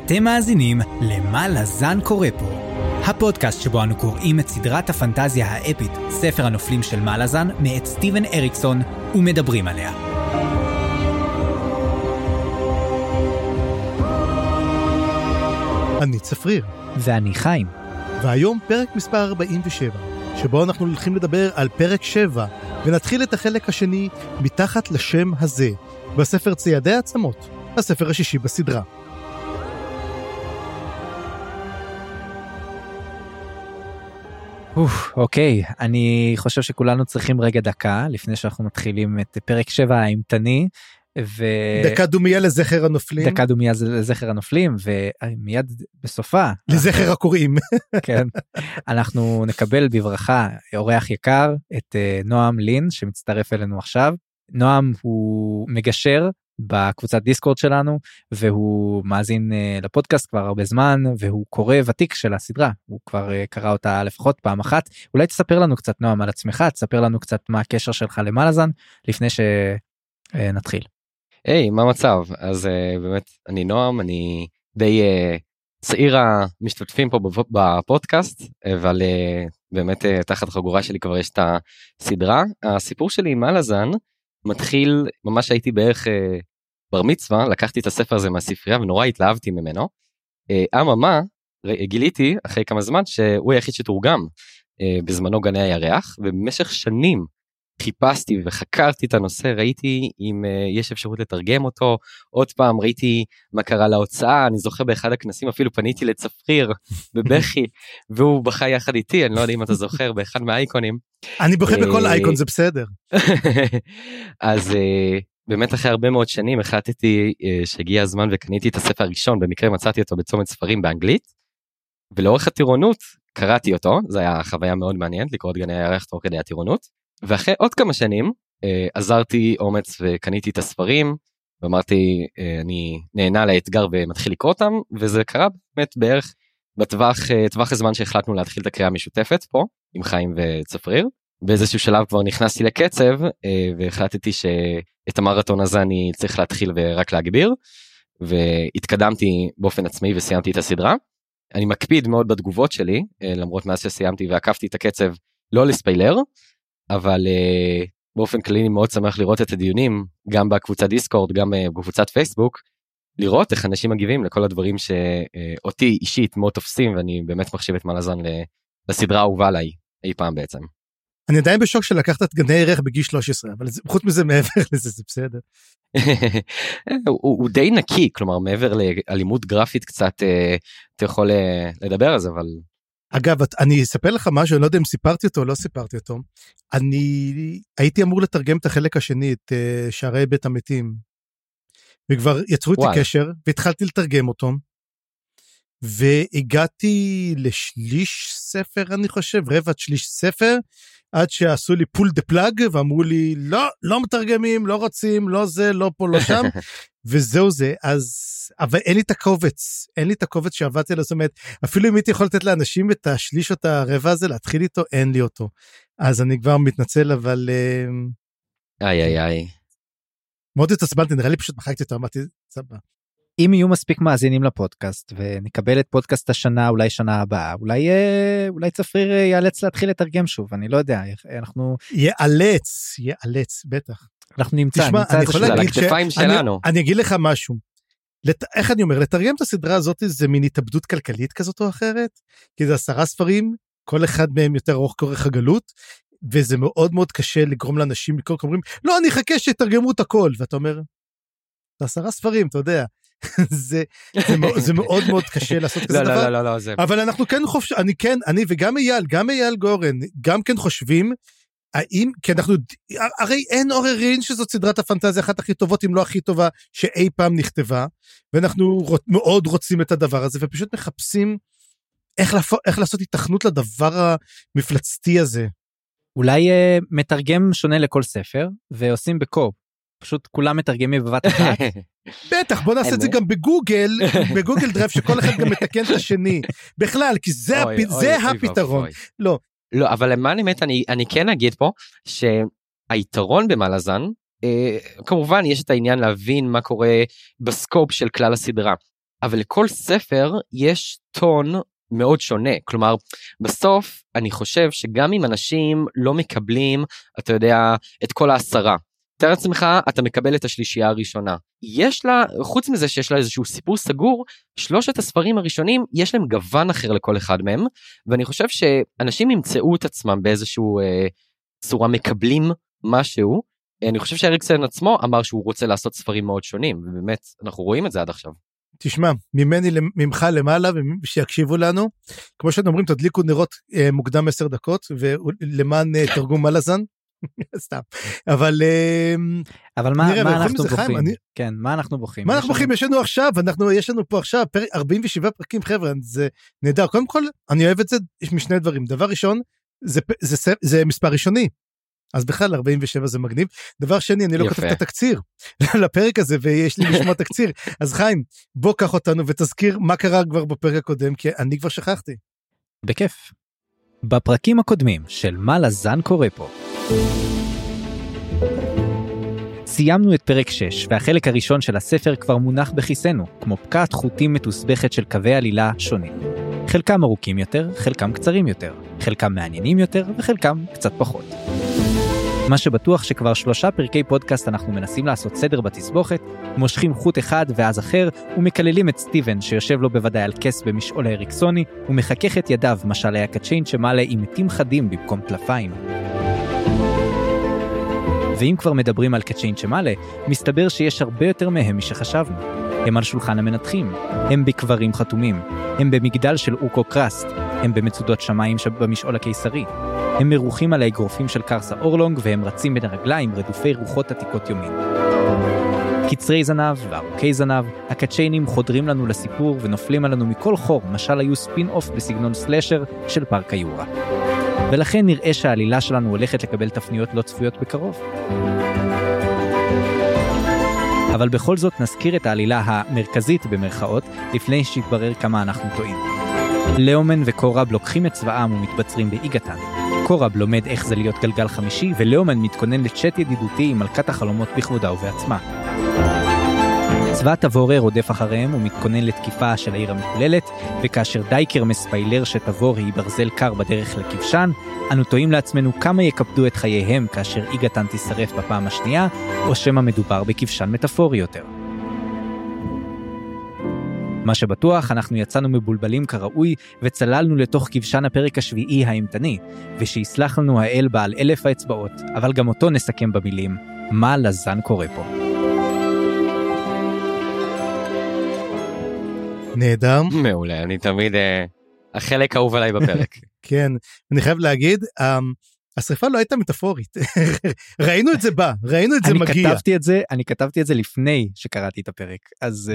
אתם מאזינים למה לזן קורא פה, הפודקאסט שבו אנו קוראים את סדרת הפנטזיה האפית, ספר הנופלים של מה לזן, מאת סטיבן אריקסון, ומדברים עליה. אני צפריר. ואני חיים. והיום פרק מספר 47, שבו אנחנו הולכים לדבר על פרק 7, ונתחיל את החלק השני מתחת לשם הזה, בספר ציידי העצמות, הספר השישי בסדרה. אוקיי, אני חושב שכולנו צריכים רגע דקה, לפני שאנחנו מתחילים את פרק 7 האימתני, דקה דומיה לזכר הנופלים. דקה דומיה לזכר הנופלים, ומיד בסופה. לזכר הקוראים. כן. אנחנו נקבל בברכה אורח יקר, את נועם לין, שמצטרף אלינו עכשיו. נועם הוא מגשר בקבוצת דיסקורד שלנו, והוא מאזין לפודקאסט כבר הרבה זמן, והוא קורא ותיק של הסדרה, הוא כבר קרא אותה לפחות פעם אחת. אולי תספר לנו קצת, נועם, על עצמך, תספר לנו קצת מה הקשר שלך למה לזן, לפני שנתחיל. היי, מה המצב? אז באמת, אני נועם, אני די צעיר המשתתפים פה בפודקאסט, אבל באמת תחת החגורה שלי כבר יש את הסדרה. הסיפור שלי עם מה לזן מתחיל, ממש הייתי בערך בר מצווה, לקחתי את הספר הזה מהספרייה ונורא התלהבתי ממנו. אממה, גיליתי אחרי כמה זמן שהוא היחיד שתורגם בזמנו גני הירח, ובמשך שנים חיפשתי וחקרתי את הנושא, ראיתי אם יש אפשרות לתרגם אותו, עוד פעם ראיתי מה קרה להוצאה, אני זוכר באחד הכנסים אפילו פניתי לצפריר בבכי, והוא בכה יחד איתי, אני לא יודע אם אתה זוכר, באחד מהאייקונים. אני בוכה בכל אייקון, זה בסדר. אז באמת אחרי הרבה מאוד שנים החלטתי שהגיע הזמן וקניתי את הספר הראשון, במקרה מצאתי אותו בצומת ספרים באנגלית, ולאורך הטירונות קראתי אותו, זה היה חוויה מאוד מעניינת לקרוא את גני הירח תוך כדי הטירונות, ואחרי עוד כמה שנים עזרתי אומץ וקניתי את הספרים, ואמרתי אני נהנה לאתגר ומתחיל לקרוא אותם, וזה קרה באמת בערך בטווח הזמן שהחלטנו להתחיל את הקריאה המשותפת פה, עם חיים וצפריר. באיזשהו שלב כבר נכנסתי לקצב, והחלטתי שאת המרתון הזה אני צריך להתחיל ורק להגביר, והתקדמתי באופן עצמי וסיימתי את הסדרה. אני מקפיד מאוד בתגובות שלי, למרות מאז שסיימתי ועקפתי את הקצב, לא לספיילר, אבל באופן כללי אני מאוד שמח לראות את הדיונים, גם בקבוצת דיסקורד, גם בקבוצת פייסבוק, לראות איך אנשים מגיבים לכל הדברים שאותי אישית מאוד תופסים, ואני באמת מחשיב את מה לזן לסדרה האהובה עליי, אי פעם בעצם. אני עדיין בשוק שלקחת את גני הירח בגיל 13, אבל חוץ מזה מעבר לזה, זה בסדר. הוא די נקי, כלומר מעבר לאלימות גרפית קצת, אתה יכול לדבר על זה, אבל... אגב, אני אספר לך משהו, אני לא יודע אם סיפרתי אותו או לא סיפרתי אותו, אני הייתי אמור לתרגם את החלק השני, את שערי בית המתים, וכבר יצרו איתי קשר, והתחלתי לתרגם אותו, והגעתי לשליש ספר, אני חושב, רבע שליש ספר, עד שעשו לי פול דה פלאג, ואמרו לי, לא מתרגמים, לא רוצים, לא זה, לא פה, לא שם, וזהו זה, אז, אבל אין לי את הקובץ שעבדתי עליו, זאת אומרת, אפילו אם הייתי יכול לתת לאנשים את השליש או את הרבע הזה, להתחיל איתו, אין לי אותו. אז אני כבר מתנצל, אבל... איי. מאוד התעצבנתי, נראה לי פשוט מחקתי אותו, אמרתי, סבבה. אם יהיו מספיק מאזינים לפודקאסט, ונקבל את פודקאסט השנה, אולי שנה הבאה, אולי צפריר יאלץ להתחיל לתרגם שוב, אני לא יודע, אנחנו... יאלץ, בטח. אנחנו נמצא אני יכול להגיד אני אגיד לך משהו, איך אני אומר, לתרגם את הסדרה הזאת זה מין התאבדות כלכלית כזאת או אחרת, כי זה 10 ספרים, כל אחד מהם יותר ארוך כאורך הגלות, וזה מאוד מאוד קשה לגרום לאנשים לקרוא, אומרים, לא, אני אחכה שתרגמו את הכל, ואתה אומר, 10 ספרים, אתה יודע, זה מאוד מאוד קשה לעשות כזה דבר, לא, אבל אנחנו כן חושבים, אני וגם אייל גורן, גם כן חושבים, כי אנחנו, הרי אין עוררין שזאת סדרת הפנטזיה אחת הכי טובות, אם לא הכי טובה שאי פעם נכתבה, ואנחנו מאוד רוצים את הדבר הזה, ופשוט מחפשים איך לעשות התכנות לדבר המפלצתי הזה. אולי מתרגם שונה לכל ספר, ועושים בקופ, פשוט כולם מתרגמים בבת אחת. בטח, בוא נעשה את זה גם בגוגל דרייב, שכל אחד גם מתקן את השני, בכלל, כי זה הפתרון. לא, אבל למען האמת, אני כן אגיד פה, שהיתרון במה לזן, כמובן יש את העניין להבין מה קורה בסקופ של כלל הסדרה, אבל לכל ספר יש טון מאוד שונה, כלומר, בסוף אני חושב שגם אם אנשים לא מקבלים, אתה יודע, את כל 10, תאר לעצמך, אתה מקבל את השלישייה הראשונה. יש לה, חוץ מזה שיש לה איזשהו סיפור סגור, 3 הספרים הראשונים, יש להם גוון אחר לכל אחד מהם, ואני חושב שאנשים ימצאו את עצמם באיזשהו צורה מקבלים משהו. אני חושב שאריקסן עצמו אמר שהוא רוצה לעשות ספרים מאוד שונים, ובאמת אנחנו רואים את זה עד עכשיו. תשמע, ממך למעלה, ושיקשיבו לנו, כמו שאתם אומרים, תדליקו נרות מוקדם 10 דקות, ולמען תרגום מלאזן, סתם, אבל מה אנחנו בוחים? כן, מה אנחנו בוחים? מה אנחנו בוחים? יש לנו פה עכשיו 47 פרקים, חבר'ה, זה נהדר. קודם כל, אני אוהב את זה משני דברים. דבר ראשון, זה מספר ראשוני, אז בכלל 47 זה מגניב. דבר שני, אני לא כותב את התקציר לפרק הזה, ויש לי לשמוע תקציר. אז חיים, בוא קח אותנו ותזכיר מה קרה כבר בפרק הקודם, כי אני כבר שכחתי. בכיף. בפרקים הקודמים של מה לזן קורה פה, סיימנו את פרק 6, והחלק הראשון של הספר כבר מונח בכיסנו, כמו פקעת חוטים מתוסבכת של קווי עלילה שונים. חלקם ארוכים יותר, חלקם קצרים יותר, חלקם מעניינים יותר, וחלקם קצת פחות. מה שבטוח שכבר 3 פרקי פודקאסט אנחנו מנסים לעשות סדר בתסבוכת, מושכים חוט אחד ואז אחר, ומקללים את סטיבן שיושב לו בוודאי על כס במשעול האריקסוני, ומחכך את ידיו משל היה קצ'יין שמעלה עם מתים חדים במקום טלפיים. ואם כבר מדברים על קצ'יין שמעלה, מסתבר שיש הרבה יותר מהם משחשבנו. הם על שולחן המנתחים, הם בקברים חתומים, הם במגדל של אוקו קרסט, הם במצודות שמיים במשעול הקיסרי. הם מרוחים על האגרופים של קרסה אורלונג, והם רצים בין הרגליים רדופי רוחות עתיקות יומין. קצרי זנב וארוכי זנב, הקצ'יינים חודרים לנו לסיפור ונופלים עלינו מכל חור, משל היו ספין אוף בסגנון סלשר של פארק היורה. ולכן נראה שהעלילה שלנו הולכת לקבל תפניות לא צפויות בקרוב. אבל בכל זאת נזכיר את העלילה המרכזית במרכאות, לפני שיתברר כמה אנחנו טועים. לאומן וקורב לוקחים את צבאם ומתבצרים באיגתן. קורב לומד איך זה להיות גלגל חמישי, ולאומן מתכונן לצ'אט ידידותי עם מלכת החלומות בכבודה ובעצמה. צבא תבורר רודף אחריהם ומתכונן לתקיפה של העיר המקוללת, וכאשר דייקר מספיילר שתבור היא ברזל קר בדרך לכבשן, אנו טועים לעצמנו כמה יקפדו את חייהם כאשר איגתן תישרף בפעם השנייה, או שמא מדובר בכבשן מטאפורי יותר. מה שבטוח, אנחנו יצאנו מבולבלים כראוי, וצללנו לתוך כבשן הפרק השביעי האימתני, ושיסלח לנו האל בעל 1000 האצבעות, אבל גם אותו נסכם במילים, מה לזן קורה פה. נהדר. מעולה, אני תמיד, החלק האהוב עליי בפרק. כן, אני חייב להגיד, השריפה לא הייתה מטאפורית, ראינו את זה מגיע. אני כתבתי את זה לפני שקראתי את הפרק, אז...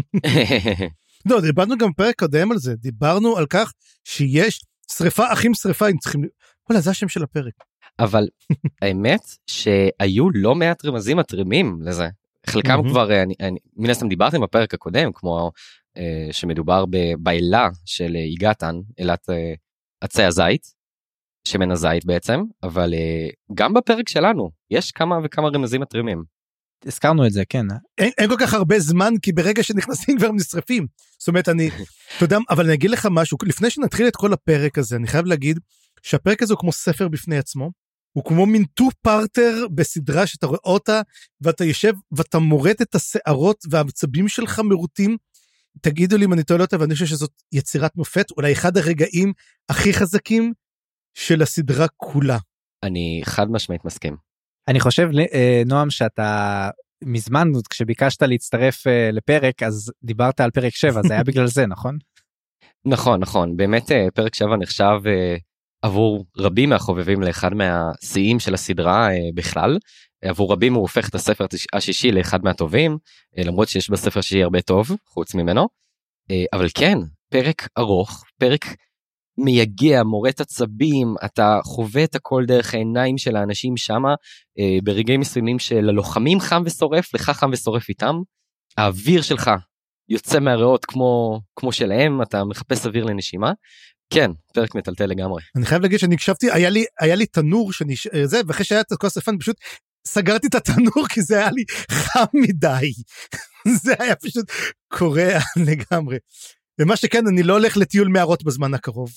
לא, דיברנו גם פרק קודם על זה, דיברנו על כך שיש שריפה, אחים שריפה, הם צריכים... וואלה, זה השם של הפרק. אבל האמת שהיו לא מעט רמזים מתרימים לזה. חלקם כבר, מן הסתם דיברתם בפרק הקודם, כמו שמדובר בעילה של איגתן, עילת עצי הזית, שמן הזית בעצם, אבל גם בפרק שלנו, יש כמה וכמה רמזים מתרימים. הזכרנו את זה, כן. אין כל כך הרבה זמן, כי ברגע שנכנסים כבר נשרפים. זאת אומרת, אתה יודע, אבל אני אגיד לך משהו, לפני שנתחיל את כל הפרק הזה, אני חייב להגיד, שהפרק הזה הוא כמו ספר בפני עצמו, הוא כמו מין טו-פארטר בסדרה שאתה רואה אותה, ואתה יושב ואתה מורט את השערות, והמצבים שלך מרוטים, תגידו לי אם אני טועה אותה, ואני חושב שזאת יצירת מופת, אולי אחד הרגעים הכי חזקים של הסדרה כולה. אני חד משמעית מסכים. אני חושב, נועם, שאתה מזמן, כשביקשת להצטרף לפרק, אז דיברת על פרק 7, זה היה בגלל זה, נכון? נכון. באמת פרק 7 נחשב עבור רבים מהחובבים לאחד מהשיאים של הסדרה בכלל. עבור רבים הוא הופך את הספר השישי לאחד מהטובים, למרות שיש בספר השישי הרבה טוב, חוץ ממנו. אבל כן, פרק ארוך, פרק מייגע, מורט עצבים, אתה חווה את הכל דרך העיניים של האנשים שמה, ברגעים מסוימים של הלוחמים חם ושורף, לך חם ושורף איתם, האוויר שלך יוצא מהריאות כמו שלהם, אתה מחפש אוויר לנשימה, כן, פרק מטלטל לגמרי. אני חייב להגיד שאני הקשבתי, היה לי תנור, ואחרי שהיה את כל הספן, פשוט סגרתי את התנור, כי זה היה לי חם מדי. זה היה פשוט קורע לגמרי. ומה שכן, אני לא הולך לטיול מערות בזמן הקרוב.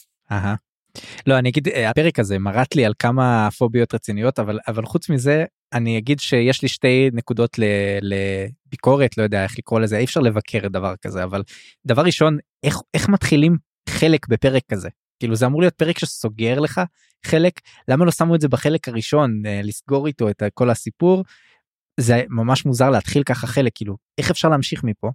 לא, אני אגיד, הפרק הזה מראת לי על כמה פוביות רציניות, אבל חוץ מזה, אני אגיד שיש לי שתי נקודות לביקורת, לא יודע איך לקרוא לזה, אי אפשר לבקר דבר כזה, אבל דבר ראשון, איך מתחילים חלק בפרק כזה? כאילו זה אמור להיות פרק שסוגר לך חלק, למה לא שמו את זה בחלק הראשון, לסגור איתו את כל הסיפור? זה ממש מוזר להתחיל ככה חלק, כאילו, איך אפשר להמשיך מפה?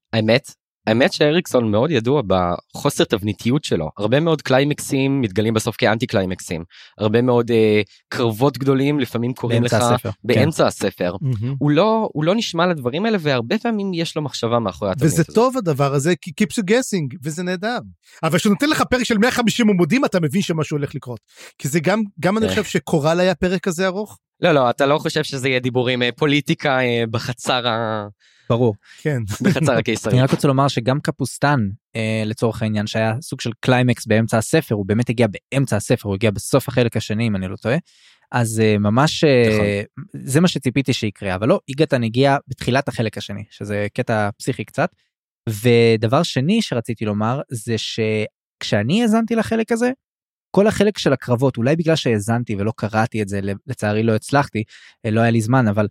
האמת שאריקסון מאוד ידוע בחוסר תבניתיות שלו, הרבה מאוד קליימקסים מתגלים בסוף כאנטי קליימקסים, הרבה מאוד קרבות גדולים לפעמים קוראים לך באמצע הספר, הוא לא נשמע לדברים האלה, והרבה פעמים יש לו מחשבה מאחורי התבנית הזאת. וזה טוב הדבר הזה, כי keeps you guessing, וזה נהדר. אבל כשנותן לך פרק של 150 עמודים, אתה מבין שמשהו הולך לקרות. כי זה גם אני חושב שקורל היה פרק כזה ארוך. לא, אתה לא חושב שזה יהיה דיבורים פוליטיקה בחצר ברור. כן. בחצר הקיסרי. אני רק רוצה לומר שגם קפוסטן, לצורך העניין, שהיה סוג של קליימקס באמצע הספר, הוא באמת הגיע באמצע הספר, הוא הגיע בסוף החלק השני, אם אני לא טועה, אז ממש, זה מה שציפיתי שיקרה, אבל לא, איגתן הגיע בתחילת החלק השני, שזה קטע פסיכי קצת, ודבר שני שרציתי לומר, זה שכשאני האזנתי לחלק הזה, כל החלק של הקרבות, אולי בגלל שהאזנתי ולא קראתי את זה, לצערי לא הצלחתי, לא היה לי זמן, אבל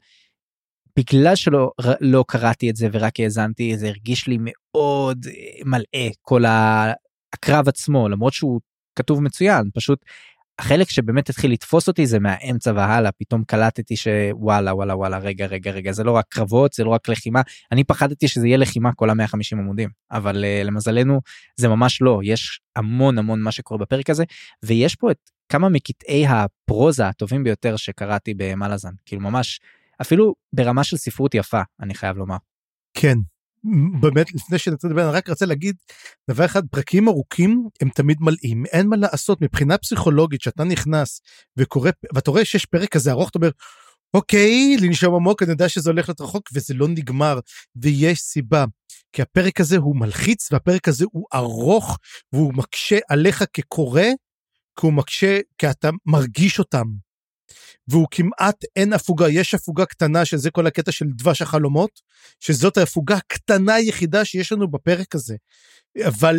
בגלל שלא קראתי את זה ורק האזנתי, זה הרגיש לי מאוד מלא, כל הקרב עצמו, למרות שהוא כתוב מצוין, פשוט החלק שבאמת התחיל לתפוס אותי זה מהאמצע והלאה, פתאום קלטתי שוואלה, רגע, זה לא רק קרבות, זה לא רק לחימה, אני פחדתי שזה יהיה לחימה כל ה-150 עמודים, אבל למזלנו זה ממש לא, יש המון מה שקורה בפרק הזה, ויש פה את כמה מקטעי הפרוזה הטובים ביותר שקראתי במלאזן, כאילו ממש, אפילו ברמה של ספרות יפה, אני חייב לומר. כן, באמת לפני שנתדבר, אני רק רוצה להגיד, דבר אחד, פרקים ארוכים הם תמיד מלאים, אין מה לעשות, מבחינה פסיכולוגית, שאתה נכנס וקורא, ואתה רואה שיש פרק כזה ארוך, אתה אומר, אוקיי, לנשום עמוק, אני יודע שזה הולך לתרחוק, וזה לא נגמר, ויש סיבה, כי הפרק הזה הוא מלחיץ, והפרק הזה הוא ארוך, והוא מקשה עליך כקורא, כי הוא מקשה, כי אתה מרגיש אותם, והוא כמעט אין הפוגה, יש הפוגה קטנה, שזה כל הקטע של דבש החלומות, שזאת ההפוגה הקטנה היחידה שיש לנו בפרק הזה, אבל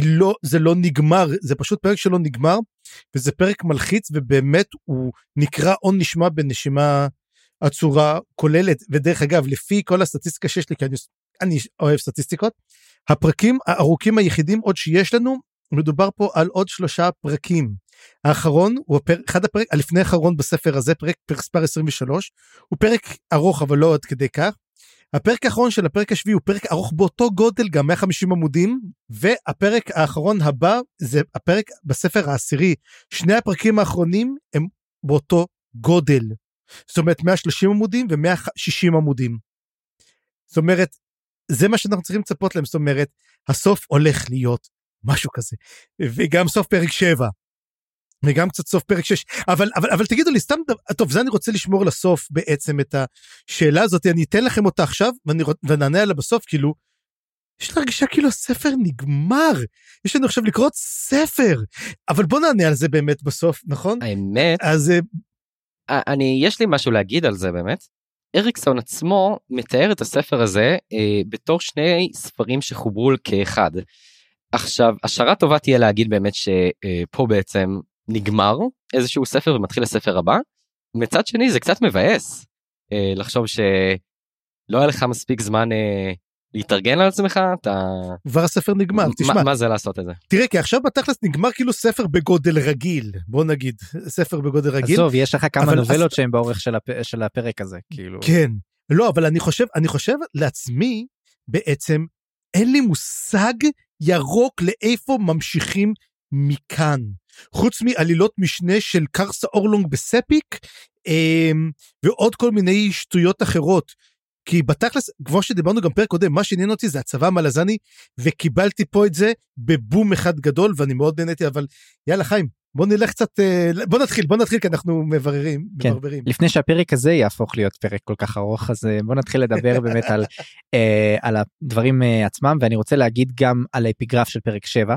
זה לא נגמר, זה פשוט פרק שלא נגמר, וזה פרק מלחיץ, ובאמת הוא נקרא או נשמע בנשימה הצורה כוללת, ודרך אגב, לפי כל הסטטיסטיקה שיש לי, כי אני אוהב סטטיסטיקות, הפרקים הארוכים היחידים עוד שיש לנו, מדובר פה על עוד 3 פרקים, האחרון הוא אחד הפרק, לפני האחרון בספר הזה, פרק מספר 23, הוא פרק ארוך אבל לא עד כדי כך, הפרק האחרון של הפרק השביעי הוא פרק ארוך באותו גודל, גם 150 עמודים, והפרק האחרון הבא, זה הפרק בספר העשירי, שני הפרקים האחרונים הם באותו גודל, זאת אומרת 130 עמודים ו160 עמודים, זאת אומרת, זה מה שאנחנו צריכים לצפות להם, זאת אומרת, הסוף הולך להיות משהו כזה, וגם סוף פרק 7, וגם קצת סוף פרק 6, אבל תגידו לי, סתם, טוב, זה אני רוצה לשמור לסוף בעצם את השאלה הזאת, אני אתן לכם אותה עכשיו, ונענה עליה בסוף, כאילו, יש לה רגישה כאילו הספר נגמר, יש לנו עכשיו לקרוא ספר, אבל בוא נענה על זה באמת בסוף, נכון? האמת, אז יש לי משהו להגיד על זה באמת, אריקסון עצמו מתאר את הספר הזה בתור 2 ספרים שחוברו כאחד, עכשיו, השערה טובה תהיה להגיד באמת שפה בעצם נגמר איזשהו ספר ומתחיל הספר הבא, מצד שני זה קצת מבאס לחשוב שלא היה לך מספיק זמן להתארגן על עצמך, כבר הספר נגמר, תשמע. מה זה לעשות את זה? תראה, כי עכשיו בתכלס נגמר כאילו ספר בגודל רגיל, בוא נגיד, ספר בגודל רגיל. עזוב, יש לך כמה נובלות שהן באורך של הפרק הזה, כאילו. כן, לא, אבל אני חושב לעצמי, בעצם, אין לי מושג ירוק לאיפה ממשיכים מכאן, חוץ מעלילות משנה של קרסה אורלונג בספיק, ועוד כל מיני שטויות אחרות, כי בתכלס, כמו שדיברנו גם פרק קודם, מה שעניין אותי זה הצבא המלזני, וקיבלתי פה את זה בבום אחד גדול, ואני מאוד נהניתי, אבל יאללה חיים, בוא נלך קצת, בוא נתחיל, כי אנחנו מבררים. כן, לפני שהפרק הזה יהפוך להיות פרק כל כך ארוך, אז בוא נתחיל לדבר באמת על הדברים עצמם, ואני רוצה להגיד גם על האפיגרף של פרק 7,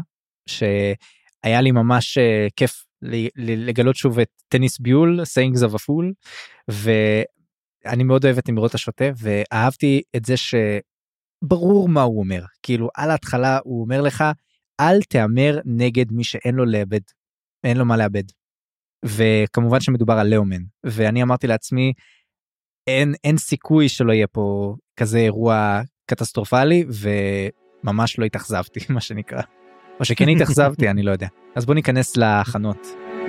שהיה לי ממש כיף לגלות שוב את טניס ביול, Sayings of a Fool, ואני מאוד אוהב את אמירות השוטה, ואהבתי את זה ברור מה הוא אומר, כאילו על ההתחלה הוא אומר לך, אל תאמר נגד מי שאין לו לאבד, אין לו מה לאבד. וכמובן שמדובר על לאומן, ואני אמרתי לעצמי, אין סיכוי שלא יהיה פה כזה אירוע קטסטרופלי, וממש לא התאכזבתי, מה שנקרא. או שכן התאכזבתי, אני לא יודע. אז בוא ניכנס להכנות.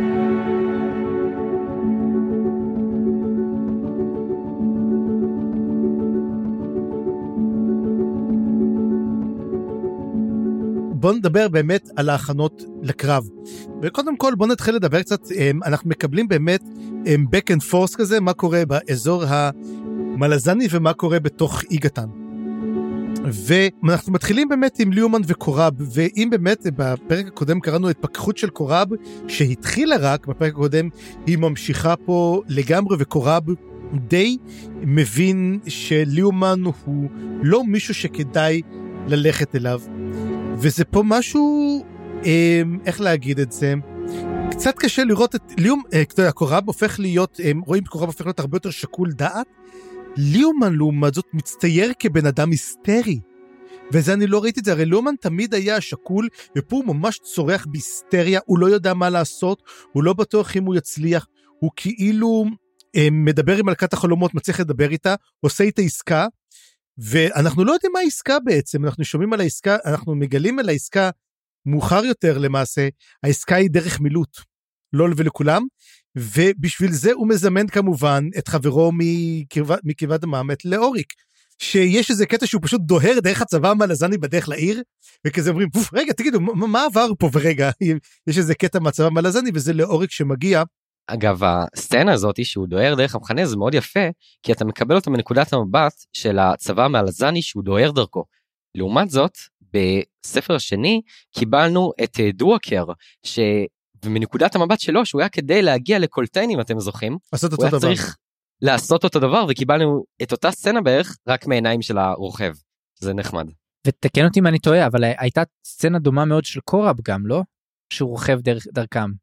בוא נדבר באמת על ההכנות לקרב. וקודם כל בוא נתחיל לדבר קצת, אנחנו מקבלים באמת back and forth כזה, מה קורה באזור המלזני ומה קורה בתוך איגתן. ואנחנו מתחילים באמת עם ליאומן וקורב, ואם באמת בפרק הקודם קראנו את פקחות של קורב, שהתחילה רק בפרק הקודם, היא ממשיכה פה לגמרי, וקורב די מבין שליאומן הוא לא מישהו שכדאי ללכת אליו. וזה פה משהו, איך להגיד את זה, קצת קשה לראות את קורב הופך להיות, רואים קורב הופך להיות הרבה יותר שקול דעת, ליאומן לעומת זאת מצטייר כבן אדם היסטרי, וזה אני לא ראיתי את זה, הרי ליאומן תמיד היה שקול, ופה הוא ממש צורח בהיסטריה, הוא לא יודע מה לעשות, הוא לא בטוח אם הוא יצליח, הוא כאילו מדבר עם מלכת החלומות, מצליח לדבר איתה, עושה איתה עסקה, ואנחנו לא יודעים מה העסקה בעצם, אנחנו שומעים על העסקה, אנחנו מגלים על העסקה מאוחר יותר למעשה, העסקה היא דרך מילוט, לא ולכולם, ובשביל זה הוא מזמן כמובן את חברו מקרבת המוות לאוריק, שיש איזה קטע שהוא פשוט דוהר דרך הצבא המלזני בדרך לעיר, וכזה אומרים, רגע תגידו, מה עבר פה ורגע, יש איזה קטע מהצבא המלזני, וזה לאוריק שמגיע, אגב, הסצנה הזאת שהוא דוהר דרך המחנה זה מאוד יפה, כי אתה מקבל אותה מנקודת המבט של הצבא המלזני שהוא דוהר דרכו. לעומת זאת, בספר השני קיבלנו את דואקר, ומנקודת המבט שלו, שהוא היה כדי להגיע לקולטיין, אם אתם זוכרים, הוא היה צריך לעשות אותו דבר, וקיבלנו את אותה סצנה בערך, רק מעיניים של הרוכב. זה נחמד. ותקן אותי אם אני טועה, אבל הייתה סצנה דומה מאוד של קורב גם, לא? שהוא רוכב דרכם.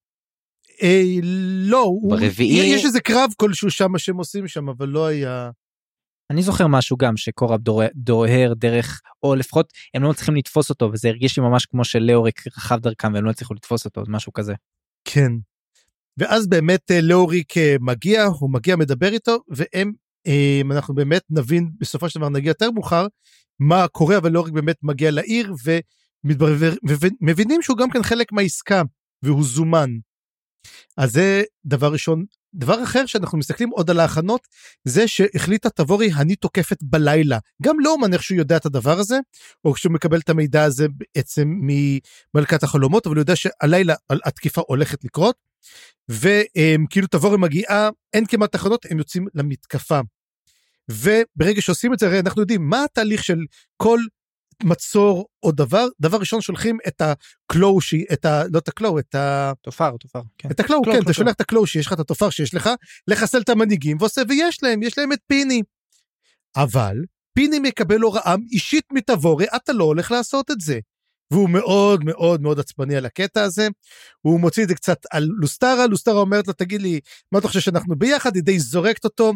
לא, ברביעי... יש איזה קרב כלשהו שם שהם עושים שם, אבל לא היה... אני זוכר משהו גם שקורב דוהר דרך, או לפחות הם לא צריכים לתפוס אותו, וזה הרגיש לי ממש כמו שלאוריק רחב דרכם, והם לא צריכו לתפוס אותו, משהו כזה. כן. ואז באמת לאוריק מגיע, הוא מגיע מדבר איתו, והם, אנחנו באמת נבין, בסופו של דבר נגיע יותר מאוחר, מה קורה, אבל לאוריק באמת מגיע לעיר, ומבינים שהוא גם כן חלק מהעסקה, והוא זומן. אז זה דבר ראשון. דבר אחר שאנחנו מסתכלים עוד על ההכנות, זה שהחליטה תבורי, אני תוקפת בלילה. גם לא אומר שהוא יודע את הדבר הזה, או כשהוא מקבל את המידע הזה בעצם ממלכת החלומות, אבל הוא יודע שהלילה התקיפה הולכת לקרות, וכאילו תבורי מגיעה, אין כמעט תחנות, הם יוצאים למתקפה. וברגע שעושים את זה, הרי אנחנו יודעים, מה התהליך של כל מצור או דבר ראשון שולחים את הקלו, לא את הקלו, את התופר, כן. את הקלו, כן, אתה שולח את הקלו שיש לך את התופר שיש לך, לחסל את המנהיגים, ועושה, ויש להם את פיני. אבל פיני מקבל הוראה אישית מתבורי, אתה לא הולך לעשות את זה. והוא מאוד מאוד מאוד עצבני על הקטע הזה, הוא מוציא את זה קצת על לוסטרה, לוסטרה אומרת לו, תגיד לי, מה אתה חושב שאנחנו ביחד, היא די זורקת אותו,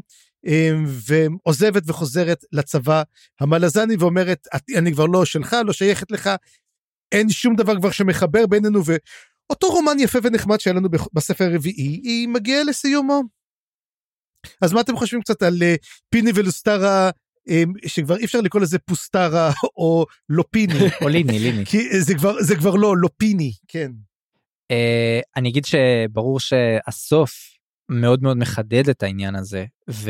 ועוזבת וחוזרת לצבא המלזני, ואומרת, אני כבר לא שלך, לא שייכת לך, אין שום דבר כבר שמחבר בינינו, ואותו רומן יפה ונחמד שהיה לנו בספר הרביעי, היא מגיעה לסיומו. אז מה אתם חושבים קצת על פיני ולוסטרה, שכבר אי אפשר לקרוא לזה פוסטרה, או לופיני. או ליני. כי זה כבר לא לופיני, כן. אני אגיד שברור שהסוף מאוד מאוד מחדד את העניין הזה,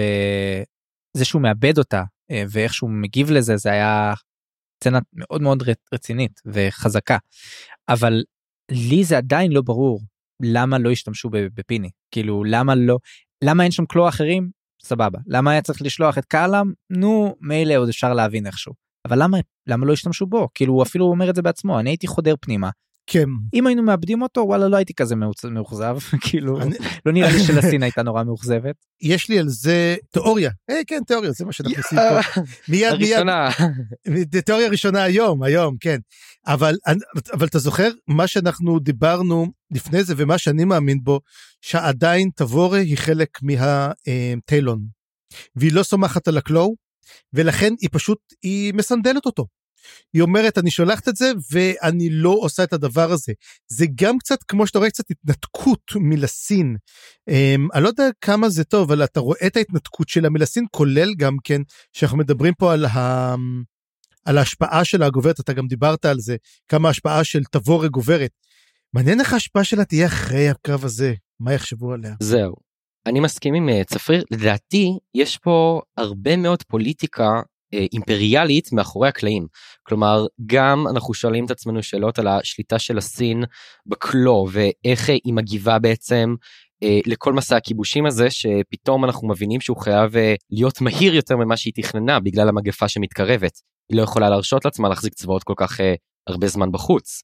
וזה שהוא מאבד אותה, ואיך שהוא מגיב לזה, זה היה סצנה מאוד מאוד רצינית וחזקה. אבל לי זה עדיין לא ברור, למה לא השתמשו בפיני. כאילו, למה אין שם קלו אחרים? סבבה. למה היה צריך לשלוח את קאלם? נו, מילא עוד אפשר להבין איכשהו. אבל למה לא השתמשו בו? כאילו, הוא אפילו אומר את זה בעצמו, אני הייתי חודר פנימה. כן. אם היינו מאבדים אותו, וואלה, לא הייתי כזה מאוכזב, כאילו, לא נראה לי שלסין הייתה נורא מאוכזבת. יש לי על זה תיאוריה. כן, תיאוריה, זה מה שאנחנו עושים פה. מיד. תיאוריה ראשונה היום, כן. אבל אתה זוכר, מה שאנחנו דיברנו לפני זה, ומה שאני מאמין בו, שעדיין תבורי היא חלק מהטיילון. והיא לא סומכת על הקלו, ולכן היא מסנדלת אותו. היא אומרת, אני שולחת את זה, ואני לא עושה את הדבר הזה. זה גם קצת, כמו שאתה רואה, קצת התנתקות מלסין. אני לא יודע כמה זה טוב, אבל אתה רואה את ההתנתקות שלה מלסין, כולל גם כן, שאנחנו מדברים פה על ההשפעה שלה הגוברת, אתה גם דיברת על זה, כמה ההשפעה של תבורי גוברת. מעניין איך ההשפעה שלה תהיה אחרי הקרב הזה, מה יחשבו עליה? זהו, אני מסכים עם צפריר, לדעתי יש פה הרבה מאוד פוליטיקה אימפריאלית מאחורי הקלעים, כלומר גם אנחנו שואלים את עצמנו שאלות על השליטה של הסין בקלו, ואיך היא מגיבה בעצם לכל מסע הכיבושים הזה, שפתאום אנחנו מבינים שהוא חייב להיות מהיר יותר ממה שהיא תכננה, בגלל המגפה שמתקרבת, היא לא יכולה להרשות לעצמה להחזיק צבאות כל כך הרבה זמן בחוץ.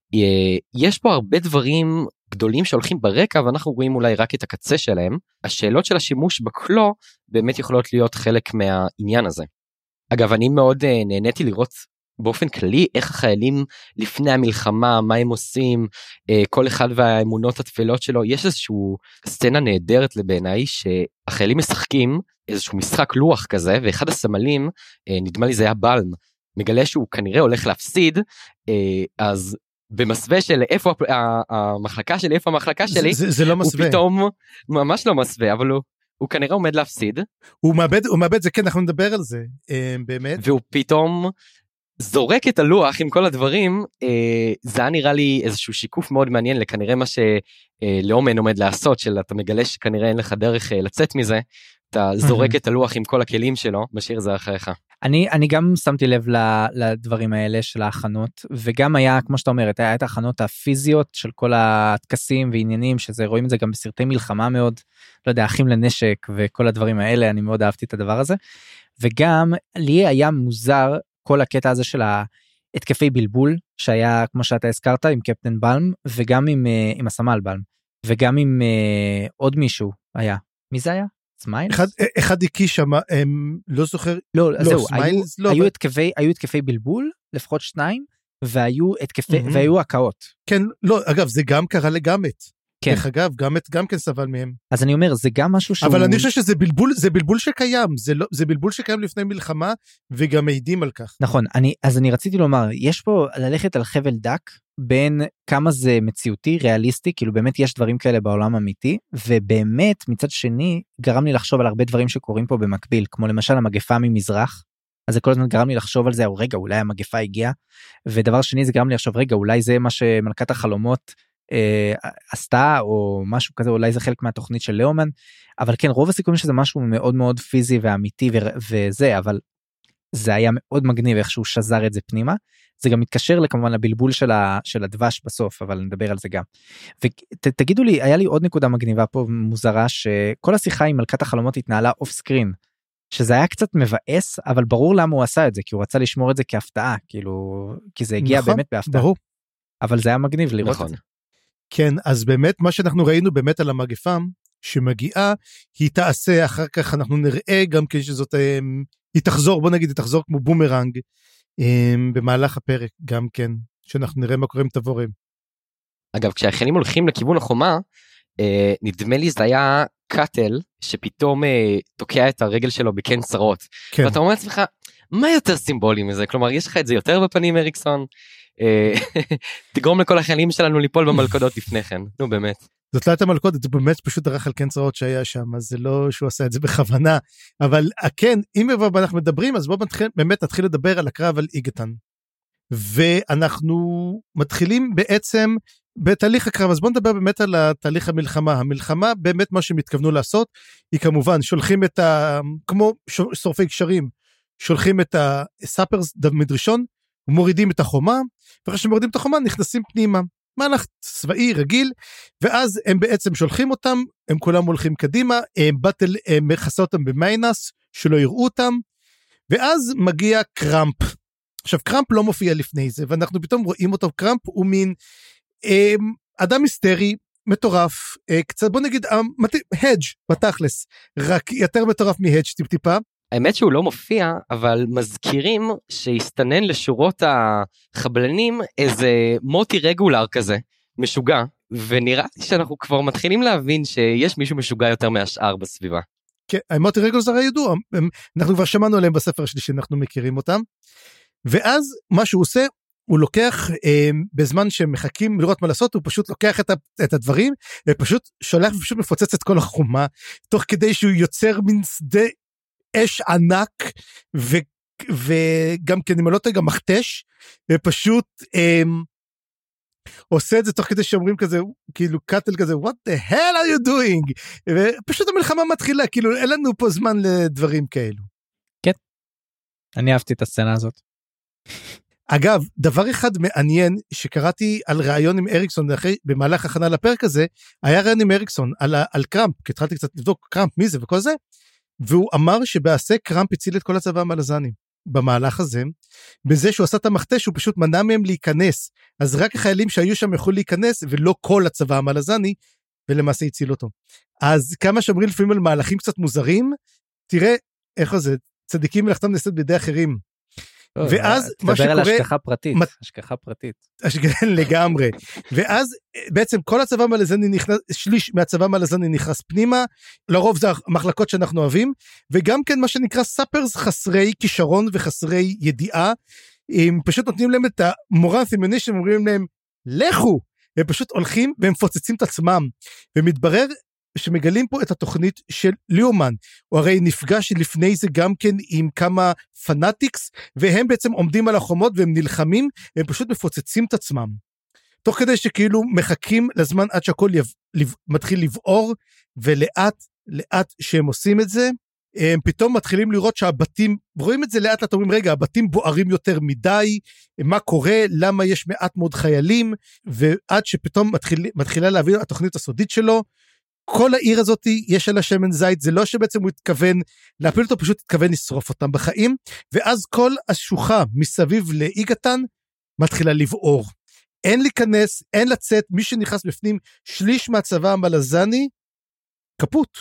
יש פה הרבה דברים גדולים שהולכים ברקע, ואנחנו רואים אולי רק את הקצה שלהם. השאלות של השימוש בקלו באמת יכולות להיות חלק מהעניין הזה. אגב, אני מאוד נהניתי לראות באופן כללי איך החיילים לפני המלחמה, מה הם עושים, כל אחד והאמונות התפלות שלו. יש איזשהו סצנה נהדרת לבעיניי, שהחיילים משחקים איזשהו משחק לוח כזה, ואחד הסמלים, נדמה לי זה היה בלם, מגלה שהוא כנראה הולך להפסיד, אז במסווה של איפה המחלקה שלי, איפה המחלקה שלי, זה לא מסווה. הוא פתאום ממש לא מסווה, אבל הוא כנראה עומד להפסיד. הוא מאבד, זה כן, אנחנו נדבר על זה, באמת. והוא פתאום זורק את הלוח עם כל הדברים, זה היה נראה לי איזשהו שיקוף מאוד מעניין, לכנראה מה שלאומן עומד לעשות, אתה מגלה שכנראה אין לך דרך לצאת מזה, אתה זורק את הלוח עם כל הכלים שלו, משאיר זה אחריך. אני גם שמתי לב לדברים האלה של ההכנות, וגם היה, כמו שאתה אומרת, היה את ההכנות הפיזיות של כל התקסים ועניינים, שזה רואים את זה גם בסרטי מלחמה מאוד, לא יודע, אחים לנשק וכל הדברים האלה, אני מאוד אהבתי את הדבר הזה, וגם לי היה מוזר כל הקטע הזה של התקפי בלבול, שהיה כמו שאתה הזכרת עם קפטן בלם, וגם עם הסמל בלם, וגם עם עוד מישהו היה. מי זה היה? סמיילס? אחד הקיש שם, לא זוכר. לא, זהו, היו התקפי בלבול, לפחות 2, והיו הקאות. כן, לא, אגב, זה גם קרה לגמת. כן. דרך אגב, גם כן סבל מהם. אז אני אומר, זה גם משהו שהוא... אבל אני חושב שזה בלבול שקיים, זה בלבול שקיים לפני מלחמה, וגם מעידים על כך. נכון, אז אני רציתי לומר, יש פה ללכת על חבל דק, בין כמה זה מציאותי, ריאליסטי, כאילו באמת יש דברים כאלה בעולם אמיתי, ובאמת מצד שני גרם לי לחשוב על הרבה דברים שקורים פה במקביל, כמו למשל המגפה ממזרח, אז זה כל הזמן גרם לי לחשוב על זה, או רגע, אולי המגפה הגיעה, ודבר שני זה גרם לי לחשוב, רגע, אולי זה מה שמלכת החלומות עשתה, או משהו כזה, אולי זה חלק מהתוכנית של לאומן, אבל כן, רוב הסיכויים שזה משהו מאוד מאוד פיזי ואמיתי וזה, אבל זה היה מאוד מגניב איך שהוא שזר את זה פנימה, זה גם מתקשר כמובן לבלבול של הדבש בסוף, אבל נדבר על זה גם. ותגידו לי, היה לי עוד נקודה מגניבה פה מוזרה, שכל השיחה עם מלכת החלומות התנהלה אוף סקרין, שזה היה קצת מבאס, אבל ברור למה הוא עשה את זה, כי הוא רצה לשמור את זה כהפתעה, כאילו, כי זה הגיע נכון, באמת בהפתעה. ברור. אבל זה היה מגניב לראות נכון. את זה. כן, אז באמת מה שאנחנו ראינו באמת על המגפה, שמגיעה, היא תעשה, אחר כך אנחנו נראה גם כן שזאת, היא תחזור, בוא נגיד, היא תחזור כמו בומרנג, במהלך הפרק גם כן, שאנחנו נראה מה קורה עם תבורים. אגב, כשהחיילים הולכים לכיוון החומה, נדמה לי זה היה קאטל, שפתאום תוקע את הרגל שלו בכן צרות. כן. ואתה אומר לעצמך, מה יותר סימבולי מזה? כלומר, יש לך את זה יותר בפנים, אריקסון? תגרום לכל החיילים שלנו ליפול במלכודות לפני כן. נו, באמת. זאת לא הייתה מלכודת, זה באמת פשוט דרך על כן צרות שהיה שם, אז זה לא שהוא עשה את זה בכוונה, אבל כן, אם אנחנו מדברים, אז בואו באמת נתחיל לדבר על הקרב על איגתן, ואנחנו מתחילים בעצם בתהליך הקרב, אז בואו נדבר באמת על תהליך המלחמה באמת מה שהם התכוונו לעשות, היא כמובן שולחים את כמו שורפי קשרים, שולחים את הסאפרס מדרישון, ומורידים את החומה, ואחרי שמורידים את החומה נכנסים פנימה, מהלך צבאי רגיל, ואז הם בעצם שולחים אותם, הם כולם הולכים קדימה, הם מכסה אותם במיינס, שלא יראו אותם, ואז מגיע קראמפ. עכשיו קראמפ לא מופיע לפני זה, ואנחנו פתאום רואים אותו, קראמפ הוא מין אדם היסטרי, מטורף, קצת בוא נגיד, הדג' בתכלס, רק יותר מטורף מהדג' טיפה, האמת שהוא לא מופיע, אבל מזכירים שהסתנן לשורות החבלנים איזה מוטי רגולר כזה, משוגע, ונראה לי שאנחנו כבר מתחילים להבין שיש מישהו משוגע יותר מהשאר בסביבה. כן, המוטי רגלס הרי ידוע, אנחנו כבר שמענו עליהם בספר השלישי, אנחנו מכירים אותם, ואז מה שהוא עושה, הוא לוקח, בזמן שהם מחכים לראות מה לעשות, הוא פשוט לוקח את הדברים, ופשוט שולח ופשוט מפוצץ את כל החומה, תוך כדי שהוא יוצר מין שדה אש ענק, וגם כן, אם לא תהיה גם מכתש, ופשוט עושה את זה תוך כדי שאומרים כזה, כאילו קאטל כזה, what the hell are you doing? ופשוט המלחמה מתחילה, כאילו אין לנו פה זמן לדברים כאלו. כן, אני אהבתי את הסצנה הזאת. אגב, דבר אחד מעניין שקראתי על ראיון עם אריקסון במהלך הכנה לפרק הזה, היה ראיון עם אריקסון על קראמפ, כי התחלתי קצת לבדוק קראמפ מי זה וכל זה, והוא אמר שבעשה קראמפ הציל את כל הצבא המלזני במהלך הזה, בזה שהוא עשה את המכתש, הוא פשוט מנע מהם להיכנס, אז רק החיילים שהיו שם יכולו להיכנס, ולא כל הצבא המלזני, ולמעשה הציל אותו. אז כמה שאומרים לפעמים על מהלכים קצת מוזרים, תראה איך זה, צדיקים מלאכתם נעשית בידי אחרים, ואז מה שקורה... תדבר על השגחה פרטית, השגחה פרטית. לגמרי. ואז בעצם כל הצבא המלזני נכנס, שליש מהצבא המלזני נכנס פנימה, לרוב זה המחלקות שאנחנו אוהבים, וגם כן מה שנקרא סאפרס חסרי כישרון וחסרי ידיעה, הם פשוט נותנים להם את המורל סימונישן, אומרים להם, לכו! הם פשוט הולכים והם מפוצצים את עצמם, ומתברר שמגלים פה את התוכנית של ליאומן, הוא הרי נפגש לפני זה גם כן עם כמה פנאטיקס, והם בעצם עומדים על החומות והם נלחמים, הם פשוט מפוצצים את עצמם, תוך כדי שכאילו מחכים לזמן עד שהכל מתחיל לבעור, ולאט לאט שהם עושים את זה, הם פתאום מתחילים לראות שהבתים, רואים את זה לאט לאט, אומרים רגע, הבתים בוערים יותר מדי, מה קורה, למה יש מעט מאוד חיילים, ועד שפתאום מתחילה להביא התוכנית הסודית שלו, כל העיר הזאת יש עליה שמן זית, זה לא שבעצם הוא התכוון להפיל אותו, פשוט התכוון לשרוף אותם בחיים, ואז כל השוחה מסביב לאיגתן מתחילה לבעור. אין להיכנס, אין לצאת, מי שנכנס בפנים, שליש מהצבא המלזני, כפות.